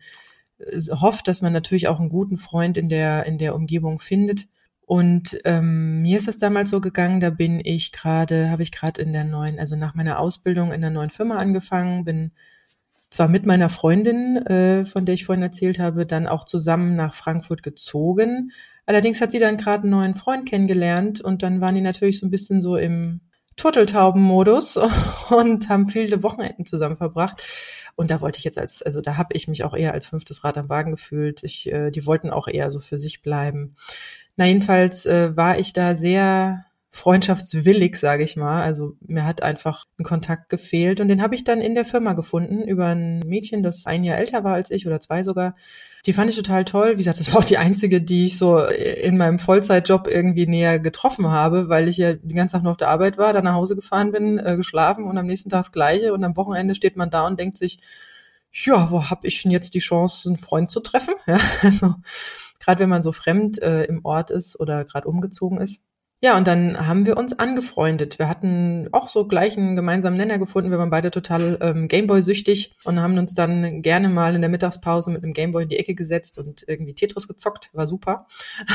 Speaker 2: hofft, dass man natürlich auch einen guten Freund in der in der Umgebung findet. Und ähm, mir ist das damals so gegangen, da bin ich gerade, habe ich gerade in der neuen, also nach meiner Ausbildung in der neuen Firma angefangen, bin zwar mit meiner Freundin, äh, von der ich vorhin erzählt habe, dann auch zusammen nach Frankfurt gezogen. Allerdings hat sie dann gerade einen neuen Freund kennengelernt und dann waren die natürlich so ein bisschen so im Turteltauben-Modus und haben viele Wochenenden zusammen verbracht. Und da wollte ich jetzt als, also da habe ich mich auch eher als fünftes Rad am Wagen gefühlt. Ich, äh, die wollten auch eher so für sich bleiben. Na jedenfalls äh, war ich da sehr freundschaftswillig, sage ich mal. Also mir hat einfach ein Kontakt gefehlt und den habe ich dann in der Firma gefunden über ein Mädchen, das ein Jahr älter war als ich oder zwei sogar. Die fand ich total toll. Wie gesagt, das war auch die einzige, die ich so in meinem Vollzeitjob irgendwie näher getroffen habe, weil ich ja den ganzen Tag nur auf der Arbeit war, dann nach Hause gefahren bin, äh, geschlafen und am nächsten Tag das Gleiche. Und am Wochenende steht man da und denkt sich, ja, wo habe ich denn jetzt die Chance, einen Freund zu treffen? Ja, also gerade wenn man so fremd äh, im Ort ist oder gerade umgezogen ist. Ja, und dann haben wir uns angefreundet. Wir hatten auch so gleich einen gemeinsamen Nenner gefunden. Wir waren beide total ähm, Gameboy-süchtig und haben uns dann gerne mal in der Mittagspause mit einem Gameboy in die Ecke gesetzt und irgendwie Tetris gezockt. War super.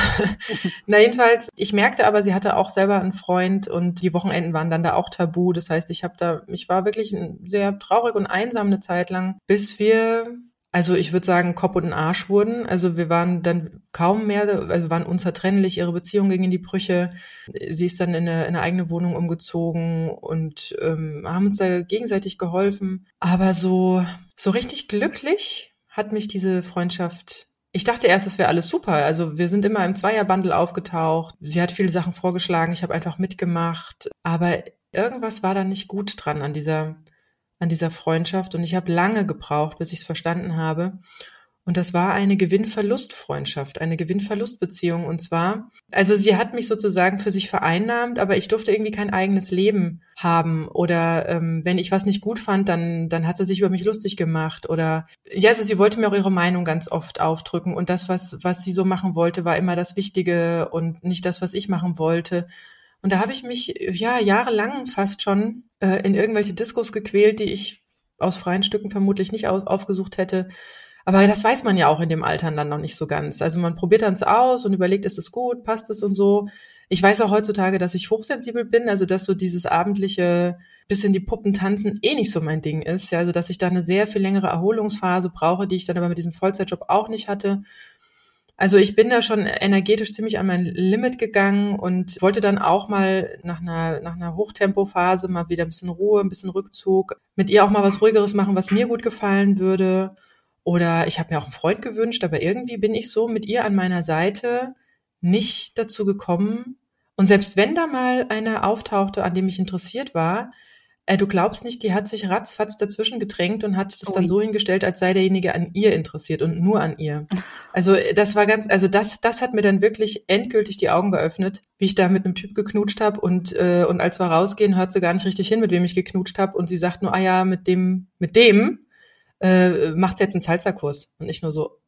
Speaker 2: Na jedenfalls, ich merkte aber, sie hatte auch selber einen Freund und die Wochenenden waren dann da auch tabu. Das heißt, ich habe da, ich war wirklich sehr traurig und einsam eine Zeit lang, bis wir... Also ich würde sagen, Kopf und Arsch wurden. Also wir waren dann kaum mehr, also waren unzertrennlich, ihre Beziehung ging in die Brüche. Sie ist dann in eine, in eine eigene Wohnung umgezogen und ähm, haben uns da gegenseitig geholfen. Aber so so richtig glücklich hat mich diese Freundschaft. Ich dachte erst, es wäre alles super. Also wir sind immer im Zweierbundle aufgetaucht. Sie hat viele Sachen vorgeschlagen, ich habe einfach mitgemacht. Aber irgendwas war da nicht gut dran an dieser an dieser Freundschaft und ich habe lange gebraucht, bis ich es verstanden habe. Und das war eine Gewinn-Verlust-Freundschaft, eine Gewinn-Verlust-Beziehung. Und zwar, also sie hat mich sozusagen für sich vereinnahmt, aber ich durfte irgendwie kein eigenes Leben haben. Oder ähm, wenn ich was nicht gut fand, dann dann hat sie sich über mich lustig gemacht. Oder ja, also sie wollte mir auch ihre Meinung ganz oft aufdrücken. Und das, was was sie so machen wollte, war immer das Wichtige und nicht das, was ich machen wollte. Und da habe ich mich ja jahrelang fast schon äh, in irgendwelche Diskos gequält, die ich aus freien Stücken vermutlich nicht auf, aufgesucht hätte. Aber das weiß man ja auch in dem Alter dann noch nicht so ganz. Also man probiert dann es aus und überlegt, ist es gut, passt es und so. Ich weiß auch heutzutage, dass ich hochsensibel bin, also dass so dieses abendliche bisschen die Puppen tanzen eh nicht so mein Ding ist. Ja, also dass ich da eine sehr viel längere Erholungsphase brauche, die ich dann aber mit diesem Vollzeitjob auch nicht hatte. Also ich bin da schon energetisch ziemlich an mein Limit gegangen und wollte dann auch mal nach einer, nach einer Hochtempophase mal wieder ein bisschen Ruhe, ein bisschen Rückzug, mit ihr auch mal was Ruhigeres machen, was mir gut gefallen würde. Oder ich habe mir auch einen Freund gewünscht, aber irgendwie bin ich so mit ihr an meiner Seite nicht dazu gekommen. Und selbst wenn da mal einer auftauchte, an dem ich interessiert war, äh, du glaubst nicht, die hat sich ratzfatz dazwischen gedrängt und hat es
Speaker 1: Ui.
Speaker 2: dann so hingestellt, als sei derjenige an ihr interessiert und nur an ihr. Also das war ganz, also das, das hat mir dann wirklich endgültig die Augen geöffnet, wie ich da mit einem Typ geknutscht habe und äh, und als wir rausgehen, hört sie gar nicht richtig hin, mit wem ich geknutscht habe und sie sagt nur, ah ja, mit dem, mit dem äh, macht sie jetzt einen Salsa-Kurs und ich nur so,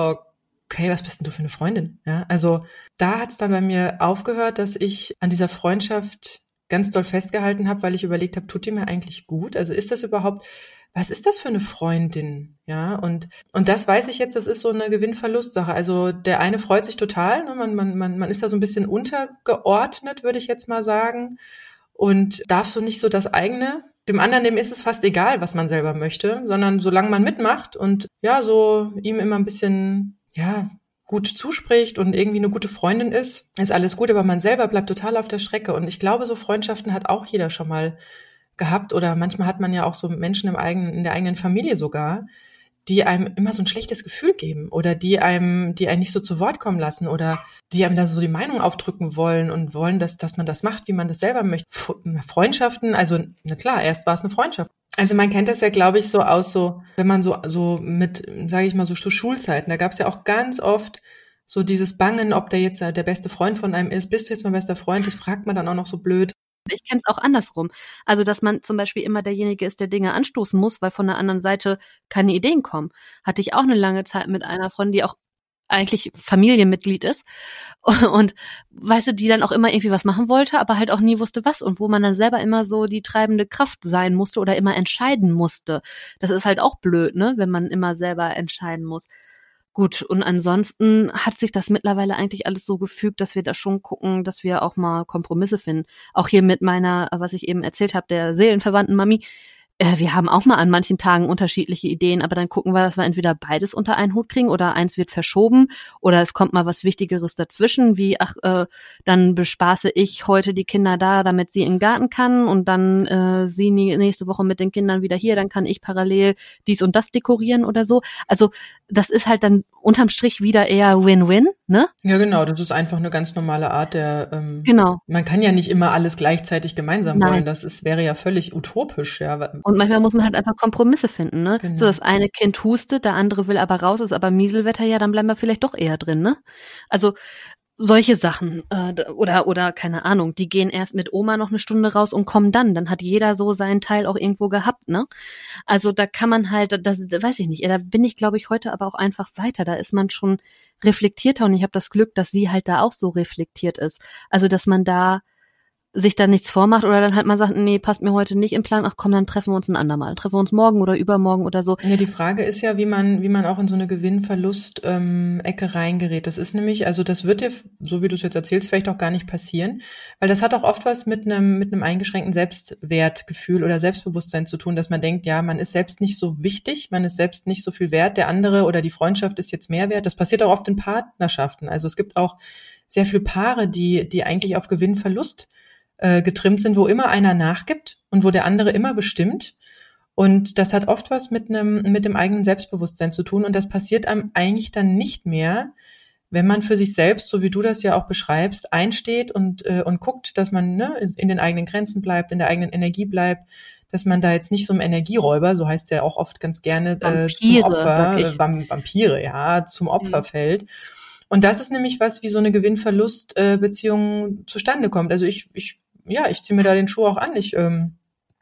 Speaker 2: okay, was bist denn du für eine Freundin? Ja, also da hat es dann bei mir aufgehört, dass ich an dieser Freundschaft ganz doll festgehalten habe, weil ich überlegt habe, tut die mir eigentlich gut? Also ist das überhaupt, was ist das für eine Freundin? Ja, und und das weiß ich jetzt, das ist so eine Gewinn-Verlust-Sache. Also der eine freut sich total, ne? man, man, man, man ist da so ein bisschen untergeordnet, würde ich jetzt mal sagen, und darf so nicht so das eigene. Dem anderen, dem ist es fast egal, was man selber möchte, sondern solange man mitmacht und ja, so ihm immer ein bisschen, ja, gut zuspricht und irgendwie eine gute Freundin ist, ist alles gut, aber man selber bleibt total auf der Strecke. Und ich glaube, so Freundschaften hat auch jeder schon mal gehabt oder manchmal hat man ja auch so Menschen im eigenen, in der eigenen Familie sogar, die einem immer so ein schlechtes Gefühl geben oder die einem, die einen nicht so zu Wort kommen lassen oder die einem da so die Meinung aufdrücken wollen und wollen, dass, dass man das macht, wie man das selber möchte. Freundschaften, also na klar, erst war es eine Freundschaft. Also man kennt das ja, glaube ich, so aus, so wenn man so so mit, sage ich mal, so Schulzeiten, da gab es ja auch ganz oft so dieses Bangen, ob der jetzt der beste Freund von einem ist. Bist du jetzt mein bester Freund? Das fragt man dann auch noch so blöd.
Speaker 1: Ich kenne es auch andersrum. Also, dass man zum Beispiel immer derjenige ist, der Dinge anstoßen muss, weil von der anderen Seite keine Ideen kommen. Hatte ich auch eine lange Zeit mit einer Freundin, die auch eigentlich Familienmitglied ist und weißt du, die dann auch immer irgendwie was machen wollte, aber halt auch nie wusste was und wo man dann selber immer so die treibende Kraft sein musste oder immer entscheiden musste. Das ist halt auch blöd, ne, wenn man immer selber entscheiden muss. Gut, und ansonsten hat sich das mittlerweile eigentlich alles so gefügt, dass wir da schon gucken, dass wir auch mal Kompromisse finden. Auch hier mit meiner, was ich eben erzählt habe, der seelenverwandten Mami. Äh, wir haben auch mal an manchen Tagen unterschiedliche Ideen, aber dann gucken wir, dass wir entweder beides unter einen Hut kriegen oder eins wird verschoben oder es kommt mal was Wichtigeres dazwischen, wie, ach, äh, dann bespaße ich heute die Kinder da, damit sie in den Garten kann und dann äh, sie nächste Woche mit den Kindern wieder hier, dann kann ich parallel dies und das dekorieren oder so. Also das ist halt dann unterm Strich wieder eher Win-Win, ne?
Speaker 2: Ja, genau, das ist einfach eine ganz normale Art der, ähm,
Speaker 1: Genau.
Speaker 2: man kann ja nicht immer alles gleichzeitig gemeinsam
Speaker 1: Nein.
Speaker 2: wollen, das ist, wäre ja völlig utopisch, ja.
Speaker 1: Und manchmal muss man halt einfach Kompromisse finden, ne?
Speaker 2: Genau.
Speaker 1: So, das eine Kind hustet, der andere will aber raus, ist aber Mieselwetter, ja, dann bleiben wir vielleicht doch eher drin, ne? Also solche Sachen äh, oder oder keine Ahnung, die gehen erst mit Oma noch eine Stunde raus und kommen dann. Dann hat jeder so seinen Teil auch irgendwo gehabt, ne? Also da kann man halt, das, das weiß ich nicht, da bin ich, glaube ich, heute aber auch einfach weiter. Da ist man schon reflektierter und ich habe das Glück, dass sie halt da auch so reflektiert ist. Also dass man da sich dann nichts vormacht oder dann halt mal sagt, nee, passt mir heute nicht im Plan, ach komm, dann treffen wir uns ein andermal. Treffen wir uns morgen oder übermorgen oder so.
Speaker 2: Ja, die Frage ist ja, wie man, wie man auch in so eine Gewinn-Verlust-Ecke ähm, reingerät. Das ist nämlich, also das wird dir, so wie du es jetzt erzählst, vielleicht auch gar nicht passieren, weil das hat auch oft was mit einem, mit einem eingeschränkten Selbstwertgefühl oder Selbstbewusstsein zu tun, dass man denkt, ja, man ist selbst nicht so wichtig, man ist selbst nicht so viel wert, der andere oder die Freundschaft ist jetzt mehr wert. Das passiert auch oft in Partnerschaften. Also es gibt auch sehr viele Paare, die, die eigentlich auf Gewinn-Verlust getrimmt sind, wo immer einer nachgibt und wo der andere immer bestimmt. Und das hat oft was mit einem, mit dem eigenen Selbstbewusstsein zu tun. Und das passiert einem eigentlich dann nicht mehr, wenn man für sich selbst, so wie du das ja auch beschreibst, einsteht und, äh, und guckt, dass man ne, in den eigenen Grenzen bleibt, in der eigenen Energie bleibt, dass man da jetzt nicht so einem Energieräuber, so heißt es ja auch oft ganz gerne, äh, zum
Speaker 1: Vampire,
Speaker 2: Opfer,
Speaker 1: sag
Speaker 2: äh,
Speaker 1: ich.
Speaker 2: Vamp- Vampire, ja, zum Opfer
Speaker 1: Mhm.
Speaker 2: fällt. Und das ist nämlich was, wie so eine Gewinn-Verlust-Beziehung zustande kommt. Also ich, ich, ja, ich ziehe mir da den Schuh auch an. Ich, ähm,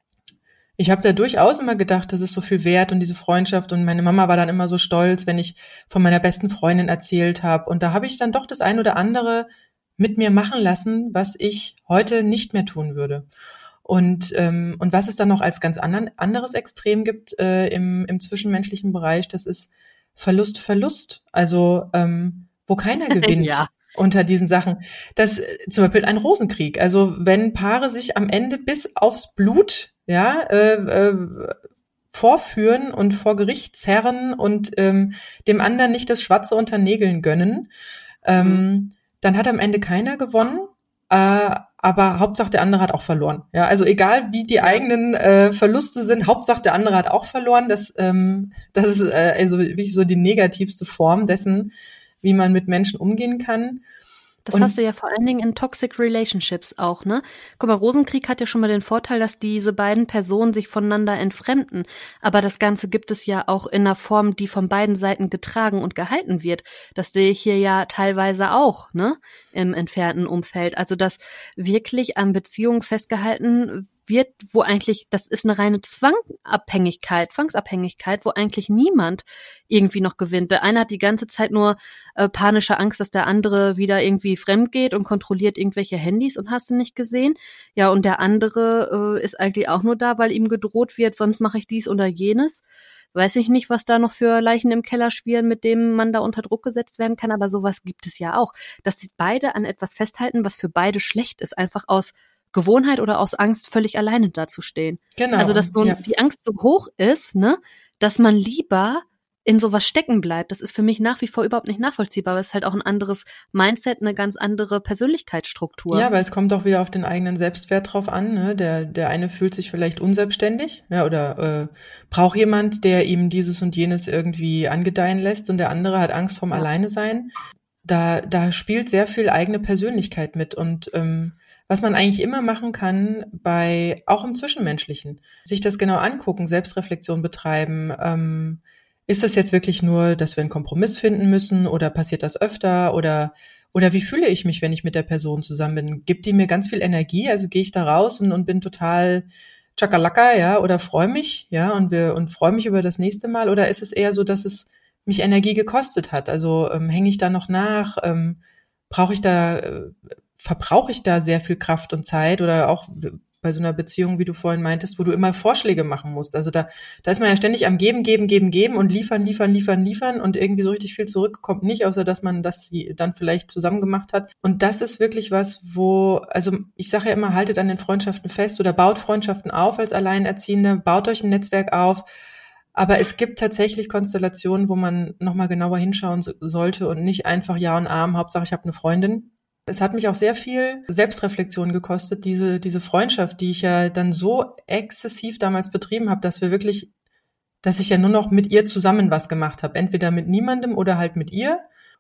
Speaker 2: ich habe da durchaus immer gedacht, das ist so viel wert und diese Freundschaft. Und meine Mama war dann immer so stolz, wenn ich von meiner besten Freundin erzählt habe. Und da habe ich dann doch das ein oder andere mit mir machen lassen, was ich heute nicht mehr tun würde. Und, ähm, und was es dann noch als ganz anderen, anderes Extrem gibt äh, im, im zwischenmenschlichen Bereich, das ist Verlust, Verlust. Also ähm, wo keiner gewinnt
Speaker 1: Ja.
Speaker 2: unter diesen Sachen. Das äh, zum Beispiel ein Rosenkrieg. Also wenn Paare sich am Ende bis aufs Blut ja äh, äh, vorführen und vor Gericht zerren und ähm, dem anderen nicht das Schwarze unter Nägeln gönnen, ähm,
Speaker 1: Mhm.
Speaker 2: dann hat am Ende keiner gewonnen. Äh, aber Hauptsache der andere hat auch verloren. Ja, also egal wie die eigenen äh, Verluste sind, Hauptsache der andere hat auch verloren. Das, ähm, das ist äh, also wirklich so die negativste Form dessen, wie man mit Menschen umgehen kann.
Speaker 1: Das
Speaker 2: Und
Speaker 1: hast du ja vor allen Dingen in Toxic Relationships auch, ne? Guck mal, Rosenkrieg hat ja schon mal den Vorteil, dass diese beiden Personen sich voneinander entfremden. Aber das Ganze gibt es ja auch in einer Form, die von beiden Seiten getragen und gehalten wird. Das sehe ich hier ja teilweise auch, ne? Im entfernten Umfeld. Also, dass wirklich an Beziehungen festgehalten wird, wo eigentlich, das ist eine reine Zwangabhängigkeit, Zwangsabhängigkeit, wo eigentlich niemand irgendwie noch gewinnt. Der eine hat die ganze Zeit nur äh, panische Angst, dass der andere wieder irgendwie fremd geht und kontrolliert irgendwelche Handys und hast du nicht gesehen. Ja, und der andere äh, ist eigentlich auch nur da, weil ihm gedroht wird, sonst mache ich dies oder jenes. Weiß ich nicht, was da noch für Leichen im Keller schwirren, mit denen man da unter Druck gesetzt werden kann, aber sowas gibt es ja auch. Dass sie beide an etwas festhalten, was für beide schlecht ist, einfach aus Gewohnheit oder aus Angst, völlig alleine dazustehen.
Speaker 2: genau,
Speaker 1: Also, dass so
Speaker 2: ja.
Speaker 1: die Angst so hoch ist, ne, dass man lieber in sowas stecken bleibt. Das ist für mich nach wie vor überhaupt nicht nachvollziehbar, aber es ist halt auch ein anderes Mindset, eine ganz andere Persönlichkeitsstruktur.
Speaker 2: Ja, weil es kommt auch wieder auf den eigenen Selbstwert drauf an. Ne? Der, der eine fühlt sich vielleicht unselbstständig, ja, oder äh, braucht jemand, der ihm dieses und jenes irgendwie angedeihen lässt, und der andere hat Angst vorm
Speaker 1: Ja.
Speaker 2: Alleinesein. Da, da spielt sehr viel eigene Persönlichkeit mit. Und ähm, was man eigentlich immer machen kann, bei auch im Zwischenmenschlichen, sich das genau angucken, Selbstreflexion betreiben. Ähm, ist das jetzt wirklich nur, dass wir einen Kompromiss finden müssen, oder passiert das öfter, oder oder wie fühle ich mich, wenn ich mit der Person zusammen bin? Gibt die mir ganz viel Energie? Also gehe ich da raus und, und bin total Chakalaka, ja, oder freue mich, ja, und wir und freue mich über das nächste Mal? Oder ist es eher so, dass es mich Energie gekostet hat? Also ähm, hänge ich da noch nach? Ähm, brauche ich da, äh, verbrauche ich da sehr viel Kraft und Zeit? Oder auch bei so einer Beziehung, wie du vorhin meintest, wo du immer Vorschläge machen musst. Also da, da ist man ja ständig am Geben, Geben, Geben, Geben und liefern, liefern, liefern, liefern, und irgendwie so richtig viel zurück kommt nicht, außer dass man das dann vielleicht zusammen gemacht hat. Und das ist wirklich was, wo, also ich sage ja immer, haltet an den Freundschaften fest oder baut Freundschaften auf als Alleinerziehende, baut euch ein Netzwerk auf. Aber es gibt tatsächlich Konstellationen, wo man nochmal genauer hinschauen so, sollte und nicht einfach Ja und Arm, Hauptsache ich habe eine Freundin. Es hat mich auch sehr viel Selbstreflexion gekostet, diese diese Freundschaft, die ich ja dann so exzessiv damals betrieben habe, dass wir wirklich, dass ich ja nur noch mit ihr zusammen was gemacht habe, entweder mit niemandem oder halt mit ihr,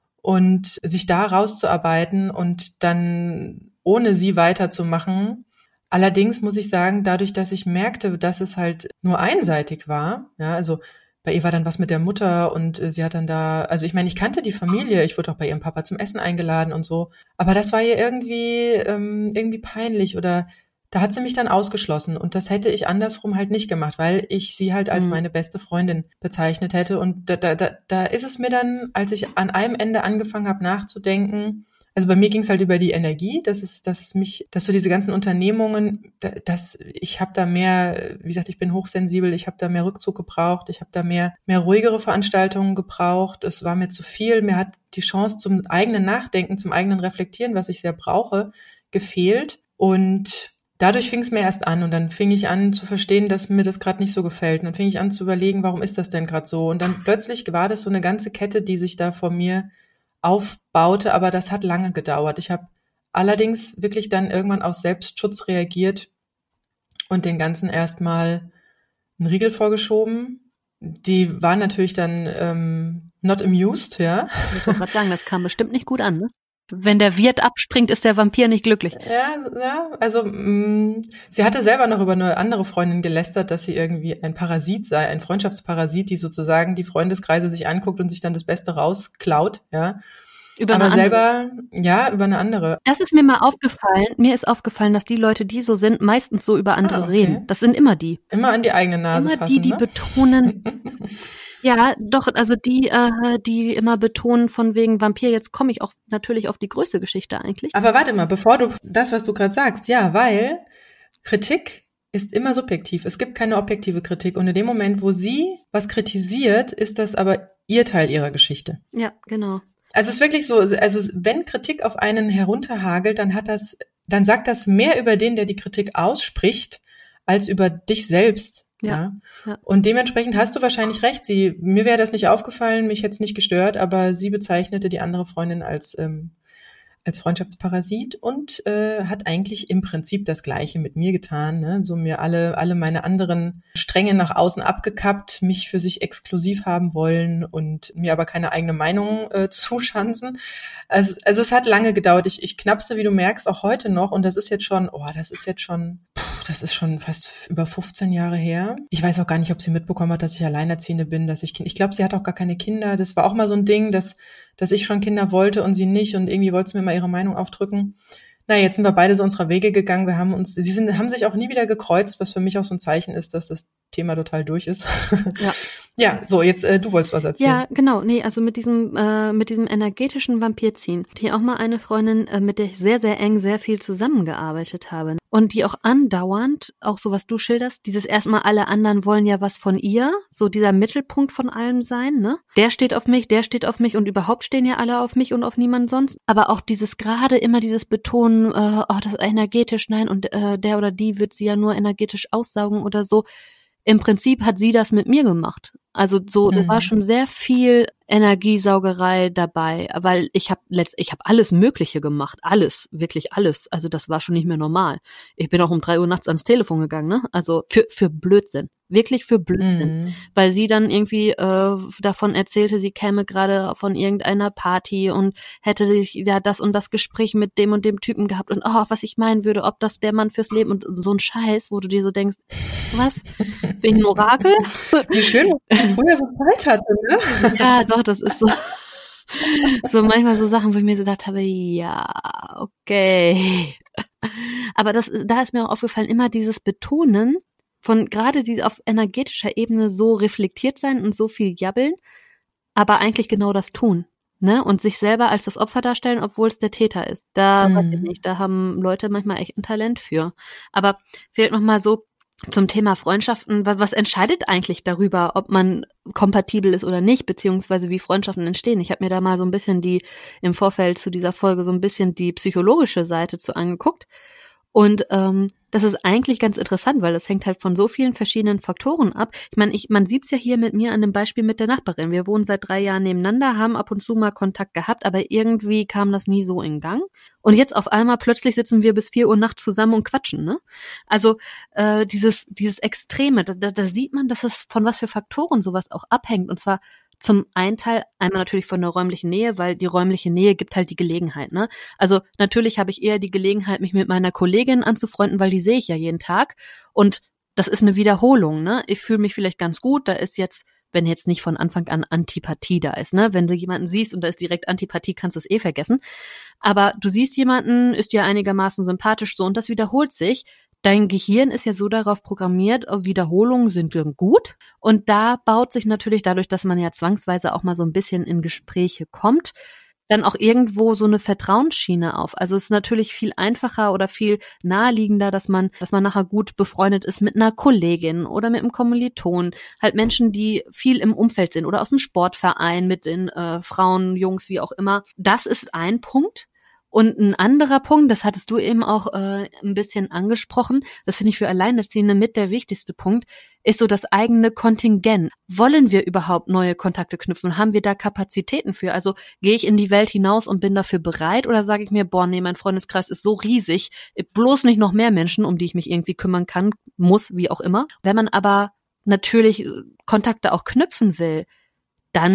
Speaker 2: und sich da rauszuarbeiten und dann ohne sie weiterzumachen. Allerdings muss ich sagen, dadurch, dass ich merkte, dass es halt nur einseitig war, ja, also bei ihr war dann was mit der Mutter, und äh, sie hat dann da, also ich meine, ich kannte die Familie, ich wurde auch bei ihrem Papa zum Essen eingeladen und so, aber das war ihr irgendwie ähm, irgendwie peinlich, oder da hat sie mich dann ausgeschlossen, und das hätte ich andersrum halt nicht gemacht, weil ich sie halt als
Speaker 1: Mhm.
Speaker 2: meine beste Freundin bezeichnet hätte, und da, da, da, da ist es mir dann, als ich an einem Ende angefangen habe nachzudenken, also bei mir ging es halt über die Energie, dass es, dass es mich, dass so diese ganzen Unternehmungen, dass ich habe da mehr, wie gesagt, ich bin hochsensibel, ich habe da mehr Rückzug gebraucht, ich habe da mehr mehr ruhigere Veranstaltungen gebraucht. Es war mir zu viel, mir hat die Chance zum eigenen Nachdenken, zum eigenen Reflektieren, was ich sehr brauche, gefehlt, und dadurch fing es mir erst an, und dann fing ich an zu verstehen, dass mir das gerade nicht so gefällt, und dann fing ich an zu überlegen, warum ist das denn gerade so, und dann plötzlich war das so eine ganze Kette, die sich da vor mir aufbaute, aber das hat lange gedauert. Ich habe allerdings wirklich dann irgendwann aus Selbstschutz reagiert und den Ganzen erstmal einen Riegel vorgeschoben. Die waren natürlich dann ähm, not amused, ja.
Speaker 1: Ich wollte gerade sagen, das kam bestimmt nicht gut an, ne? Wenn der Wirt abspringt, ist der Vampir nicht glücklich.
Speaker 2: Ja, ja, also mh, sie hatte selber noch über eine andere Freundin gelästert, dass sie irgendwie ein Parasit sei, ein Freundschaftsparasit, die sozusagen die Freundeskreise sich anguckt und sich dann das Beste rausklaut, ja.
Speaker 1: Über
Speaker 2: Aber
Speaker 1: eine
Speaker 2: selber,
Speaker 1: andere.
Speaker 2: ja, über eine andere.
Speaker 1: Das ist mir mal aufgefallen. Mir ist aufgefallen, dass die Leute, die so sind, meistens so über andere
Speaker 2: Ah, okay.
Speaker 1: reden. Das sind immer die.
Speaker 2: Immer an die eigene Nase
Speaker 1: Immer
Speaker 2: fassen,
Speaker 1: die, die
Speaker 2: ne?
Speaker 1: betonen. Ja, doch, also die, äh, die immer betonen von wegen Vampir, jetzt komme ich auch natürlich auf die größte Geschichte eigentlich.
Speaker 2: Aber warte mal, bevor du das, was du gerade sagst, ja, weil Kritik ist immer subjektiv. Es gibt keine objektive Kritik. Und in dem Moment, wo sie was kritisiert, ist das aber ihr Teil ihrer Geschichte.
Speaker 1: Ja, genau.
Speaker 2: Also es ist wirklich so, also wenn Kritik auf einen herunterhagelt, dann hat das, dann sagt das mehr über den, der die Kritik ausspricht, als über dich selbst. Ja. ja. ja. Und dementsprechend hast du wahrscheinlich recht. Sie, mir wäre das nicht aufgefallen, mich hätte es nicht gestört, aber sie bezeichnete die andere Freundin als ähm, als Freundschaftsparasit und äh, hat eigentlich im Prinzip das Gleiche mit mir getan, ne? So mir alle alle meine anderen Stränge nach außen abgekappt, mich für sich exklusiv haben wollen und mir aber keine eigene Meinung äh, zuschanzen. Also also es hat lange gedauert. Ich ich knapse, wie du merkst, auch heute noch und das ist jetzt schon, oh, das ist jetzt schon, pff, das ist schon fast über fünfzehn Jahre her. Ich weiß auch gar nicht, ob sie mitbekommen hat, dass ich Alleinerziehende bin, dass ich ich glaube, sie hat auch gar keine Kinder. Das war auch mal so ein Ding, dass dass ich schon Kinder wollte und sie nicht und irgendwie wollte sie mir mal ihre Meinung aufdrücken. Na, jetzt sind wir beide so unserer Wege gegangen. Wir haben uns, sie sind, haben sich auch nie wieder gekreuzt, was für mich auch so ein Zeichen ist, dass das Thema total durch ist. Ja, ja, so, jetzt, äh, du wolltest was erzählen.
Speaker 1: Ja, genau, nee, also mit diesem, äh, mit diesem energetischen Vampirziehen. Hier auch mal eine Freundin, äh, mit der ich sehr, sehr eng, sehr viel zusammengearbeitet habe. Und die auch andauernd, auch so was du schilderst, dieses erstmal alle anderen wollen ja was von ihr, so dieser Mittelpunkt von allem sein, ne? Der steht auf mich, der steht auf mich und überhaupt stehen ja alle auf mich und auf niemand sonst. Aber auch dieses gerade immer dieses Betonen, äh, oh, das ist energetisch, nein, und äh, der oder die wird sie ja nur energetisch aussaugen oder so. Im Prinzip hat sie das mit mir gemacht. Also so, mhm. da war schon sehr viel Energiesaugerei dabei, weil ich habe letzt, ich habe alles Mögliche gemacht, alles, wirklich alles. Also das war schon nicht mehr normal. Ich bin auch um drei Uhr nachts ans Telefon gegangen, ne? Also für für Blödsinn, wirklich für Blödsinn, mhm. weil sie dann irgendwie äh, davon erzählte, sie käme gerade von irgendeiner Party und hätte sich ja das und das Gespräch mit dem und dem Typen gehabt und oh, was ich meinen würde, ob das der Mann fürs Leben und so ein Scheiß, wo du dir so denkst, was? Bin ich ein Orakel?
Speaker 2: Wie schön, dass man früher so Zeit hatte, ne?
Speaker 1: Ja, doch, das ist so, so manchmal so Sachen, wo ich mir so gedacht habe, ja, okay. Aber das, da ist mir auch aufgefallen, immer dieses Betonen von gerade die auf energetischer Ebene so reflektiert sein und so viel jabbeln, aber eigentlich genau das tun, ne? Und sich selber als das Opfer darstellen, obwohl es der Täter ist. Da mhm. weiß ich nicht, da haben Leute manchmal echt ein Talent für. Aber vielleicht nochmal so zum Thema Freundschaften, was entscheidet eigentlich darüber, ob man kompatibel ist oder nicht, beziehungsweise wie Freundschaften entstehen? Ich habe mir da mal so ein bisschen die, im Vorfeld zu dieser Folge so ein bisschen die psychologische Seite zu angeguckt. Und ähm, das ist eigentlich ganz interessant, weil das hängt halt von so vielen verschiedenen Faktoren ab. Ich meine, ich, man sieht's ja hier mit mir an dem Beispiel mit der Nachbarin. Wir wohnen seit drei Jahren nebeneinander, haben ab und zu mal Kontakt gehabt, aber irgendwie kam das nie so in Gang. Und jetzt auf einmal plötzlich sitzen wir bis vier Uhr nachts zusammen und quatschen, ne? Also äh, dieses dieses Extreme, da, da, da sieht man, dass es von was für Faktoren sowas auch abhängt. Und zwar zum einen Teil einmal natürlich von der räumlichen Nähe, weil die räumliche Nähe gibt halt die Gelegenheit, ne? Also natürlich habe ich eher die Gelegenheit, mich mit meiner Kollegin anzufreunden, weil die sehe ich ja jeden Tag und das ist eine Wiederholung, ne? Ich fühle mich vielleicht ganz gut, da ist jetzt, wenn jetzt nicht von Anfang an Antipathie da ist, ne? Wenn du jemanden siehst und da ist direkt Antipathie, kannst du es eh vergessen. Aber du siehst jemanden, ist dir einigermaßen sympathisch so und das wiederholt sich. Dein Gehirn ist ja so darauf programmiert, Wiederholungen sind dann gut. Und da baut sich natürlich dadurch, dass man ja zwangsweise auch mal so ein bisschen in Gespräche kommt, dann auch irgendwo so eine Vertrauensschiene auf. Also es ist natürlich viel einfacher oder viel naheliegender, dass man, dass man nachher gut befreundet ist mit einer Kollegin oder mit einem Kommiliton. Halt Menschen, die viel im Umfeld sind oder aus dem Sportverein mit den äh, Frauen, Jungs, wie auch immer. Das ist ein Punkt. Und ein anderer Punkt, das hattest du eben auch äh, ein bisschen angesprochen, das finde ich für Alleinerziehende mit der wichtigste Punkt, ist so das eigene Kontingent. Wollen wir überhaupt neue Kontakte knüpfen? Haben wir da Kapazitäten für? Also gehe ich in die Welt hinaus und bin dafür bereit oder sage ich mir, boah, nee, mein Freundeskreis ist so riesig, bloß nicht noch mehr Menschen, um die ich mich irgendwie kümmern kann, muss, wie auch immer. Wenn man aber natürlich Kontakte auch knüpfen will, dann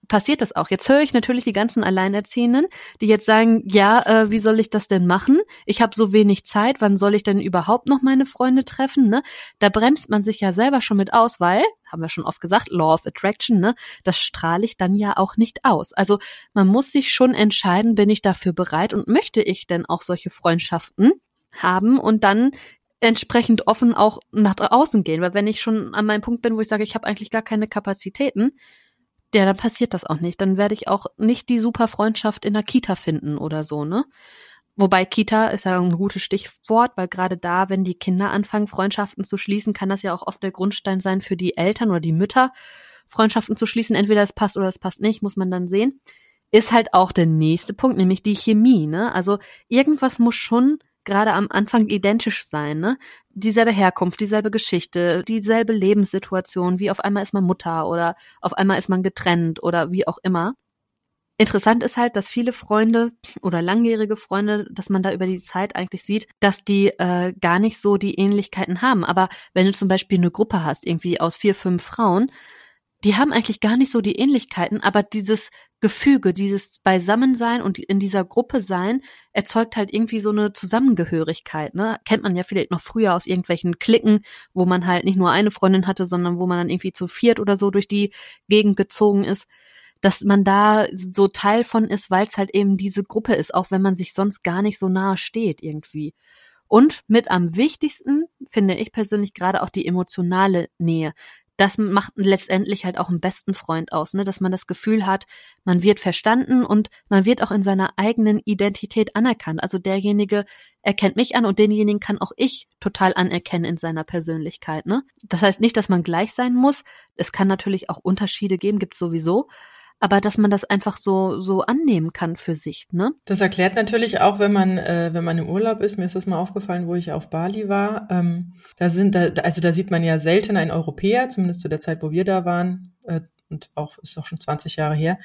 Speaker 1: passiert das auch. Jetzt höre ich natürlich die ganzen Alleinerziehenden, die jetzt sagen, ja, äh, wie soll ich das denn machen? Ich habe so wenig Zeit, wann soll ich denn überhaupt noch meine Freunde treffen? Ne? Da bremst man sich ja selber schon mit aus, weil, haben wir schon oft gesagt, Law of Attraction, ne, das strahle ich dann ja auch nicht aus. Also man muss sich schon entscheiden, bin ich dafür bereit und möchte ich denn auch solche Freundschaften haben und dann entsprechend offen auch nach außen gehen. Weil wenn ich schon an meinem Punkt bin, wo ich sage, ich habe eigentlich gar keine Kapazitäten, ja, dann passiert das auch nicht. Dann werde ich auch nicht die super Freundschaft in der Kita finden oder so, ne? Wobei Kita ist ja ein gutes Stichwort, weil gerade da, wenn die Kinder anfangen, Freundschaften zu schließen, kann das ja auch oft der Grundstein sein für die Eltern oder die Mütter, Freundschaften zu schließen. Entweder es passt oder es passt nicht, muss man dann sehen. Ist halt auch der nächste Punkt, nämlich die Chemie, ne? Also irgendwas muss schon gerade am Anfang identisch sein, ne? Dieselbe Herkunft, dieselbe Geschichte, dieselbe Lebenssituation, wie auf einmal ist man Mutter oder auf einmal ist man getrennt oder wie auch immer. Interessant ist halt, dass viele Freunde oder langjährige Freunde, dass man da über die Zeit eigentlich sieht, dass die äh, gar nicht so die Ähnlichkeiten haben. Aber wenn du zum Beispiel eine Gruppe hast, irgendwie aus vier, fünf Frauen, die haben eigentlich gar nicht so die Ähnlichkeiten, aber dieses Gefüge, dieses Beisammensein und in dieser Gruppe sein, erzeugt halt irgendwie so eine Zusammengehörigkeit, ne? Kennt man ja vielleicht noch früher aus irgendwelchen Cliquen, wo man halt nicht nur eine Freundin hatte, sondern wo man dann irgendwie zu viert oder so durch die Gegend gezogen ist, dass man da so Teil von ist, weil es halt eben diese Gruppe ist, auch wenn man sich sonst gar nicht so nahe steht irgendwie. Und mit am wichtigsten finde ich persönlich gerade auch die emotionale Nähe. Das macht letztendlich halt auch einen besten Freund aus, ne? Dass man das Gefühl hat, man wird verstanden und man wird auch in seiner eigenen Identität anerkannt. Also derjenige erkennt mich an und denjenigen kann auch ich total anerkennen in seiner Persönlichkeit, ne? Das heißt nicht, dass man gleich sein muss. Es kann natürlich auch Unterschiede geben, gibt's sowieso. Aber dass man das einfach so so annehmen kann für sich, ne?
Speaker 2: Das erklärt natürlich auch, wenn man äh, wenn man im Urlaub ist. Mir ist das mal aufgefallen, wo ich auf Bali war. Ähm, da sind da also da sieht man ja selten einen Europäer, zumindest zu der Zeit, wo wir da waren, äh, und auch ist auch schon zwanzig Jahre her.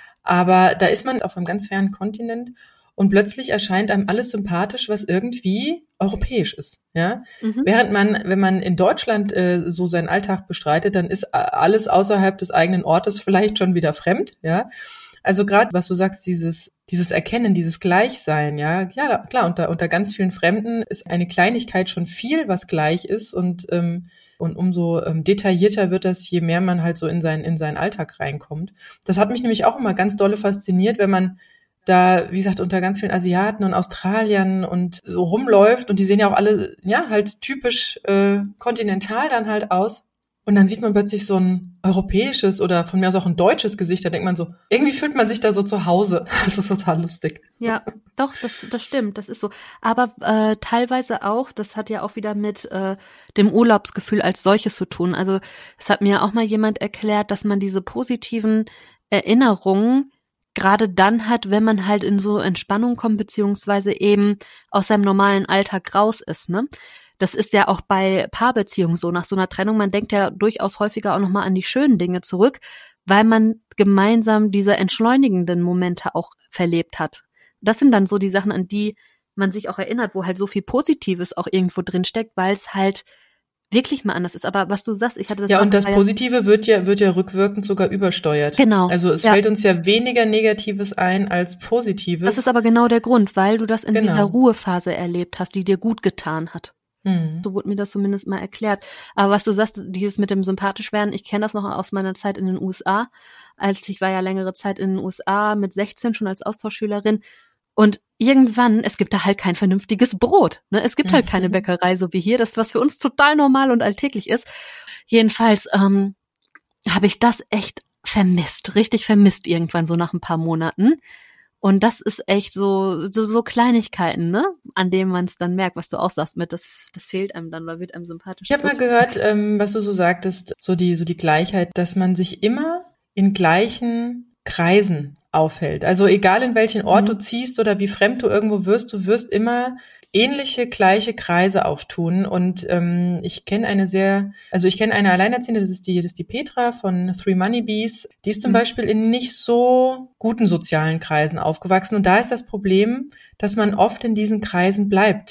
Speaker 2: Aber da ist man auf einem ganz fernen Kontinent und plötzlich erscheint einem alles sympathisch, was irgendwie europäisch ist, ja. Mhm. Während man, wenn man in Deutschland äh, so seinen Alltag bestreitet, dann ist alles außerhalb des eigenen Ortes vielleicht schon wieder fremd, ja. Also gerade, was du sagst, dieses dieses Erkennen, dieses Gleichsein, ja, ja klar, unter unter ganz vielen Fremden ist eine Kleinigkeit schon viel, was gleich ist und ähm, und umso ähm, detaillierter wird das, je mehr man halt so in seinen in seinen Alltag reinkommt. Das hat mich nämlich auch immer ganz dolle fasziniert, wenn man da, wie gesagt, unter ganz vielen Asiaten und Australiern und so rumläuft und die sehen ja auch alle, ja, halt typisch äh, kontinental dann halt aus. Und dann sieht man plötzlich so ein europäisches oder von mir aus auch ein deutsches Gesicht, da denkt man so, irgendwie fühlt man sich da so zu Hause. Das ist total lustig.
Speaker 1: Ja, doch, das, das stimmt, das ist so. Aber äh, teilweise auch, das hat ja auch wieder mit äh, dem Urlaubsgefühl als solches zu tun. Also es hat mir auch mal jemand erklärt, dass man diese positiven Erinnerungen gerade dann hat, wenn man halt in so Entspannung kommt, beziehungsweise eben aus seinem normalen Alltag raus ist, ne? Das ist ja auch bei Paarbeziehungen so, nach so einer Trennung, man denkt ja durchaus häufiger auch nochmal an die schönen Dinge zurück, weil man gemeinsam diese entschleunigenden Momente auch verlebt hat. Das sind dann so die Sachen, an die man sich auch erinnert, wo halt so viel Positives auch irgendwo drin steckt, weil es halt wirklich mal anders ist. Aber was du sagst, ich hatte das
Speaker 2: ja,
Speaker 1: auch
Speaker 2: und das Positive wird ja wird ja rückwirkend sogar übersteuert.
Speaker 1: Genau.
Speaker 2: Also es ja. fällt uns ja weniger Negatives ein als Positives.
Speaker 1: Das ist aber genau der Grund, weil du das in
Speaker 2: genau.
Speaker 1: dieser Ruhephase erlebt hast, die dir gut getan hat.
Speaker 2: Hm.
Speaker 1: So wurde mir das zumindest mal erklärt. Aber was du sagst, dieses mit dem sympathisch werden, ich kenne das noch aus meiner Zeit in den U S A. Als ich war ja längere Zeit in den U S A mit sechzehn schon als Austauschschülerin. Und irgendwann, es gibt da halt kein vernünftiges Brot. Ne? Es gibt halt keine Bäckerei, so wie hier, das was für uns total normal und alltäglich ist. Jedenfalls ähm, habe ich das echt vermisst, richtig vermisst irgendwann so nach ein paar Monaten. Und das ist echt so so, so Kleinigkeiten, ne, an denen man es dann merkt, was du auch sagst mit, das das fehlt einem dann, oder wird einem sympathisch.
Speaker 2: Ich habe mal gehört, ähm, was du so sagtest, so die so die Gleichheit, dass man sich immer in gleichen Kreisen aufhält. Also egal in welchen Ort mhm. du ziehst oder wie fremd du irgendwo wirst, du wirst immer ähnliche, gleiche Kreise auftun. Und ähm, ich kenne eine sehr, also ich kenne eine Alleinerziehende, das ist die, das ist die Petra von Three Money Bees. Die ist zum mhm. Beispiel in nicht so guten sozialen Kreisen aufgewachsen. Und da ist das Problem, dass man oft in diesen Kreisen bleibt.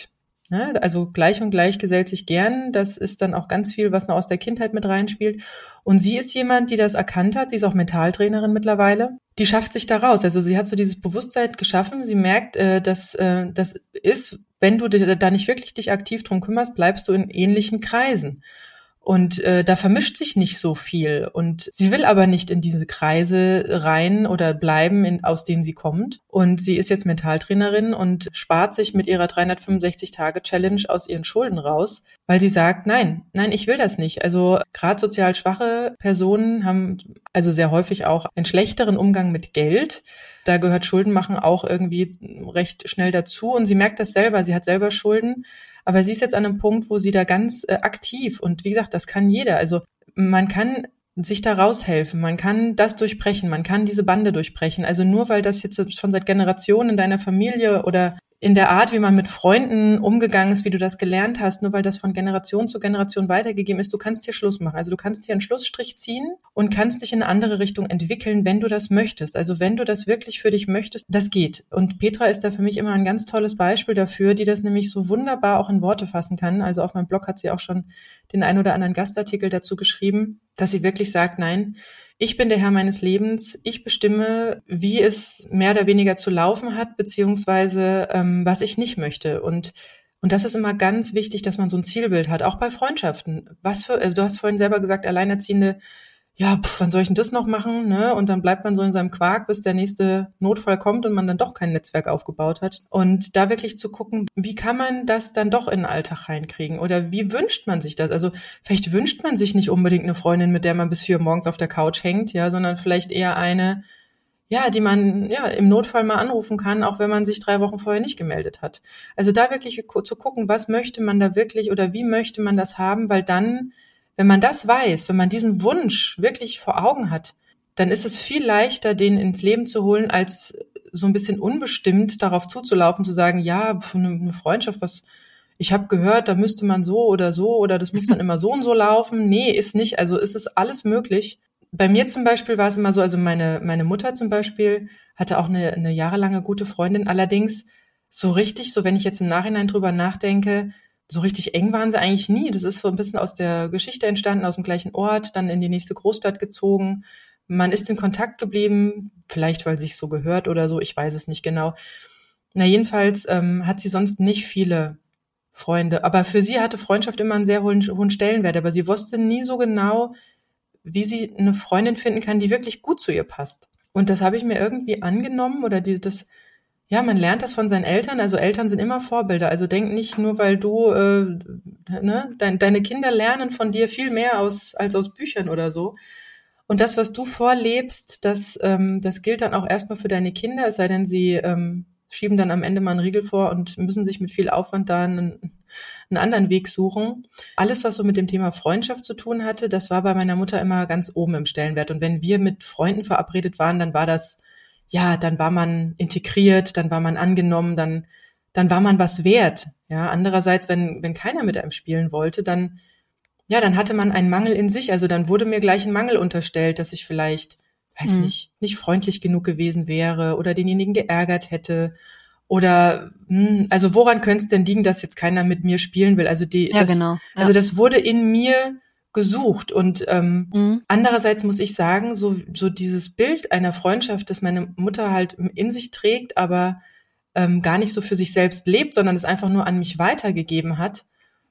Speaker 2: Ne? Also gleich und gleich gesellt sich gern. Das ist dann auch ganz viel, was noch aus der Kindheit mit reinspielt. Und sie ist jemand, die das erkannt hat. Sie ist auch Mentaltrainerin mittlerweile. Die schafft sich da raus. Also sie hat so dieses Bewusstsein geschaffen. Sie merkt, äh, dass äh, das ist, wenn du da nicht wirklich dich aktiv drum kümmerst, bleibst du in ähnlichen Kreisen. Und äh, da vermischt sich nicht so viel. Und sie will aber nicht in diese Kreise rein oder bleiben, in, aus denen sie kommt. Und sie ist jetzt Mentaltrainerin und spart sich mit ihrer dreihundertfünfundsechzig-Tage-Challenge aus ihren Schulden raus, weil sie sagt, nein, nein, ich will das nicht. Also gerade sozial schwache Personen haben also sehr häufig auch einen schlechteren Umgang mit Geld. Da gehört Schuldenmachen auch irgendwie recht schnell dazu. Und sie merkt das selber. Sie hat selber Schulden. Aber sie ist jetzt an einem Punkt, wo sie da ganz äh, aktiv, und wie gesagt, das kann jeder. Also man kann sich da raushelfen, man kann das durchbrechen, man kann diese Bande durchbrechen. Also nur weil das jetzt schon seit Generationen in deiner Familie oder in der Art, wie man mit Freunden umgegangen ist, wie du das gelernt hast, nur weil das von Generation zu Generation weitergegeben ist, du kannst hier Schluss machen. Also du kannst hier einen Schlussstrich ziehen und kannst dich in eine andere Richtung entwickeln, wenn du das möchtest. Also wenn du das wirklich für dich möchtest, das geht. Und Petra ist da für mich immer ein ganz tolles Beispiel dafür, die das nämlich so wunderbar auch in Worte fassen kann. Also auf meinem Blog hat sie auch schon den ein oder anderen Gastartikel dazu geschrieben, dass sie wirklich sagt, nein, ich bin der Herr meines Lebens. Ich bestimme, wie es mehr oder weniger zu laufen hat, beziehungsweise ähm, was ich nicht möchte. Und und das ist immer ganz wichtig, dass man so ein Zielbild hat, auch bei Freundschaften. Was für, also du hast vorhin selber gesagt, Alleinerziehende, ja, pf, wann soll ich denn das noch machen? Ne? Und dann bleibt man so in seinem Quark, bis der nächste Notfall kommt und man dann doch kein Netzwerk aufgebaut hat. Und da wirklich zu gucken, wie kann man das dann doch in den Alltag reinkriegen? Oder wie wünscht man sich das? Also vielleicht wünscht man sich nicht unbedingt eine Freundin, mit der man bis vier Uhr morgens auf der Couch hängt, ja, sondern vielleicht eher eine, ja, die man ja im Notfall mal anrufen kann, auch wenn man sich drei Wochen vorher nicht gemeldet hat. Also da wirklich zu gucken, was möchte man da wirklich oder wie möchte man das haben, weil dann, wenn man das weiß, wenn man diesen Wunsch wirklich vor Augen hat, dann ist es viel leichter, den ins Leben zu holen, als so ein bisschen unbestimmt darauf zuzulaufen, zu sagen, ja, eine Freundschaft, was ich habe gehört, da müsste man so oder so oder das muss dann immer so und so laufen. Nee, ist nicht. Also ist es alles möglich. Bei mir zum Beispiel war es immer so, also meine meine Mutter zum Beispiel hatte auch eine, eine jahrelange gute Freundin, allerdings so richtig, so wenn ich jetzt im Nachhinein drüber nachdenke, so richtig eng waren sie eigentlich nie. Das ist so ein bisschen aus der Geschichte entstanden, aus dem gleichen Ort, dann in die nächste Großstadt gezogen. Man ist in Kontakt geblieben, vielleicht weil sich so gehört oder so, ich weiß es nicht genau. Na jedenfalls ähm, hat sie sonst nicht viele Freunde, aber für sie hatte Freundschaft immer einen sehr hohen, hohen Stellenwert, aber sie wusste nie so genau, wie sie eine Freundin finden kann, die wirklich gut zu ihr passt. Und das habe ich mir irgendwie angenommen oder die, das, ja, man lernt das von seinen Eltern. Also Eltern sind immer Vorbilder. Also denk nicht nur, weil du, äh, ne, dein, deine Kinder lernen von dir viel mehr aus als aus Büchern oder so. Und das, was du vorlebst, das, ähm, das gilt dann auch erstmal für deine Kinder, es sei denn, sie ähm, schieben dann am Ende mal einen Riegel vor und müssen sich mit viel Aufwand da einen, einen anderen Weg suchen. Alles, was so mit dem Thema Freundschaft zu tun hatte, das war bei meiner Mutter immer ganz oben im Stellenwert. Und wenn wir mit Freunden verabredet waren, dann war das, ja, dann war man integriert, dann war man angenommen, dann, dann war man was wert. Ja, andererseits, wenn, wenn keiner mit einem spielen wollte, dann, ja, dann hatte man einen Mangel in sich. Also dann wurde mir gleich ein Mangel unterstellt, dass ich vielleicht, weiß
Speaker 1: Mhm.
Speaker 2: nicht, nicht freundlich genug gewesen wäre oder denjenigen geärgert hätte. Oder, hm, also woran könnte es denn liegen, dass jetzt keiner mit mir spielen will? Also die,
Speaker 1: Ja,
Speaker 2: das,
Speaker 1: genau. Ja.
Speaker 2: also das wurde in mir gesucht. Und ähm,
Speaker 1: Mhm.
Speaker 2: andererseits muss ich sagen, so so dieses Bild einer Freundschaft, das meine Mutter halt in sich trägt, aber ähm, gar nicht so für sich selbst lebt, sondern es einfach nur an mich weitergegeben hat.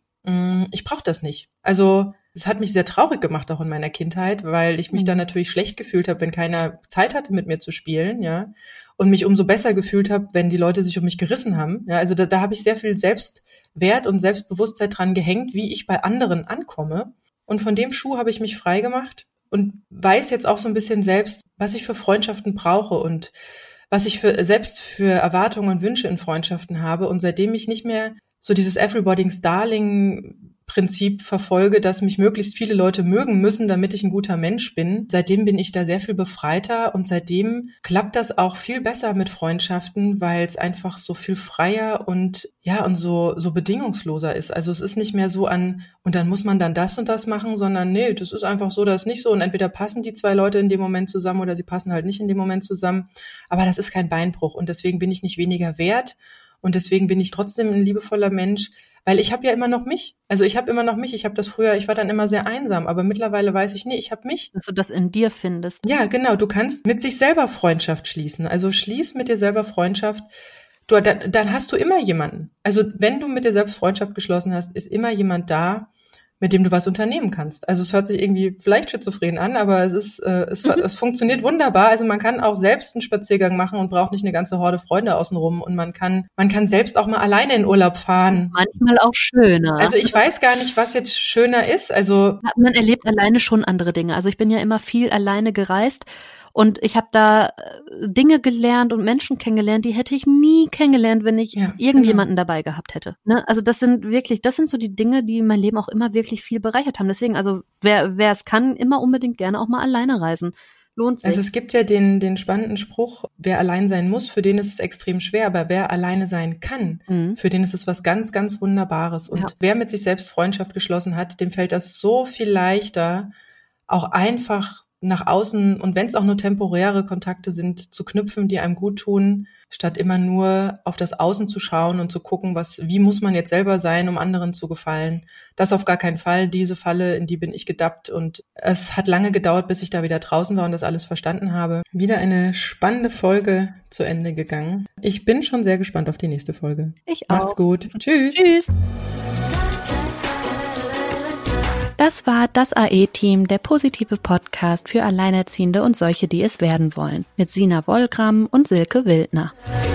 Speaker 2: mh, Ich brauche das nicht. Also es hat mich sehr traurig gemacht auch in meiner Kindheit, weil ich mich dann
Speaker 1: Mhm.
Speaker 2: natürlich schlecht gefühlt habe, wenn keiner Zeit hatte, mit mir zu spielen, ja. Und mich umso besser gefühlt habe, wenn die Leute sich um mich gerissen haben. Ja, also da, da habe ich sehr viel Selbstwert und Selbstbewusstsein dran gehängt, wie ich bei anderen ankomme. Und von dem Schuh habe ich mich frei gemacht und weiß jetzt auch so ein bisschen selbst, was ich für Freundschaften brauche und was ich für selbst für Erwartungen und Wünsche in Freundschaften habe. Und seitdem ich nicht mehr so dieses Everybody's Darling Prinzip verfolge, dass mich möglichst viele Leute mögen müssen, damit ich ein guter Mensch bin. Seitdem bin ich da sehr viel befreiter und seitdem klappt das auch viel besser mit Freundschaften, weil es einfach so viel freier und ja und so so bedingungsloser ist. Also es ist nicht mehr so an und dann muss man dann das und das machen, sondern nee, das ist einfach so, das ist nicht so und entweder passen die zwei Leute in dem Moment zusammen oder sie passen halt nicht in dem Moment zusammen. Aber das ist kein Beinbruch und deswegen bin ich nicht weniger wert. Und deswegen bin ich trotzdem ein liebevoller Mensch. Weil ich habe ja immer noch mich. Also ich habe immer noch mich. Ich habe das früher, ich war dann immer sehr einsam, aber mittlerweile weiß ich, nee, ich habe mich.
Speaker 1: Dass du das in dir findest.
Speaker 2: Ja, genau. Du kannst mit sich selber Freundschaft schließen. Also schließ mit dir selber Freundschaft. Du, dann, dann hast du immer jemanden. Also wenn du mit dir selbst Freundschaft geschlossen hast, ist immer jemand da, mit dem du was unternehmen kannst. Also es hört sich irgendwie vielleicht schizophren an, aber es ist, äh, es, mhm. es funktioniert wunderbar. Also man kann auch selbst einen Spaziergang machen und braucht nicht eine ganze Horde Freunde außenrum. Und man kann, man kann selbst auch mal alleine in Urlaub fahren.
Speaker 1: Manchmal auch schöner.
Speaker 2: Also ich weiß gar nicht, was jetzt schöner ist. Also
Speaker 1: man erlebt alleine schon andere Dinge. Also ich bin ja immer viel alleine gereist. Und ich habe da Dinge gelernt und Menschen kennengelernt, die hätte ich nie kennengelernt, wenn ich ja, irgendjemanden genau. dabei gehabt hätte. Ne? Also das sind wirklich, das sind so die Dinge, die mein Leben auch immer wirklich viel bereichert haben. Deswegen, also wer wer es kann, immer unbedingt gerne auch mal alleine reisen. Lohnt sich.
Speaker 2: Also es gibt ja den den spannenden Spruch, wer allein sein muss, für den ist es extrem schwer, aber wer alleine sein kann, mhm. für den ist es was ganz, ganz Wunderbares. Und ja. wer mit sich selbst Freundschaft geschlossen hat, dem fällt das so viel leichter, auch einfach nach außen und wenn es auch nur temporäre Kontakte sind, zu knüpfen, die einem gut tun, statt immer nur auf das Außen zu schauen und zu gucken, was, wie muss man jetzt selber sein, um anderen zu gefallen. Das auf gar keinen Fall. Diese Falle, in die bin ich gedappt und es hat lange gedauert, bis ich da wieder draußen war und das alles verstanden habe. Wieder eine spannende Folge zu Ende gegangen. Ich bin schon sehr gespannt auf die nächste Folge.
Speaker 1: Ich auch.
Speaker 2: Macht's gut. Tschüss.
Speaker 1: Tschüss. Das war das A E-Team, der positive Podcast für Alleinerziehende und solche, die es werden wollen, mit Sina Wollgramm und Silke Wildner.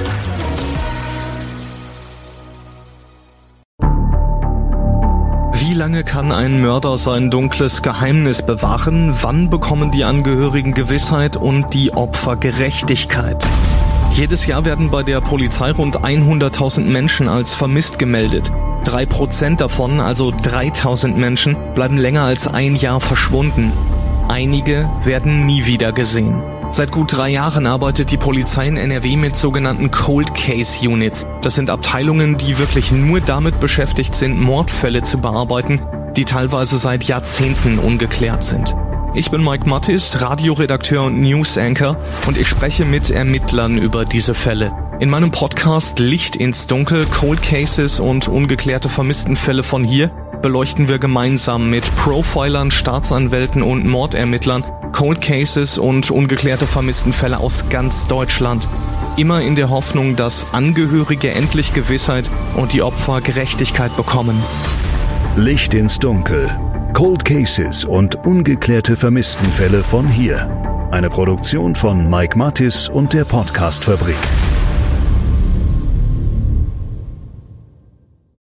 Speaker 3: Wie lange kann ein Mörder sein dunkles Geheimnis bewahren? Wann bekommen die Angehörigen Gewissheit und die Opfer Gerechtigkeit? Jedes Jahr werden bei der Polizei rund hunderttausend Menschen als vermisst gemeldet. Drei Prozent davon, also dreitausend Menschen, bleiben länger als ein Jahr verschwunden. Einige werden nie wieder gesehen. Seit gut drei Jahren arbeitet die Polizei in N R W mit sogenannten Cold Case Units. Das sind Abteilungen, die wirklich nur damit beschäftigt sind, Mordfälle zu bearbeiten, die teilweise seit Jahrzehnten ungeklärt sind. Ich bin Mike Mattis, Radioredakteur und News Anchor und ich spreche mit Ermittlern über diese Fälle. In meinem Podcast Licht ins Dunkel, Cold Cases und ungeklärte Vermisstenfälle von hier beleuchten wir gemeinsam mit Profilern, Staatsanwälten und Mordermittlern Cold Cases und ungeklärte Vermisstenfälle aus ganz Deutschland. Immer in der Hoffnung, dass Angehörige endlich Gewissheit und die Opfer Gerechtigkeit bekommen.
Speaker 4: Licht ins Dunkel. Cold Cases und ungeklärte Vermisstenfälle von hier. Eine Produktion von Mike Mattis und der Podcast-Fabrik.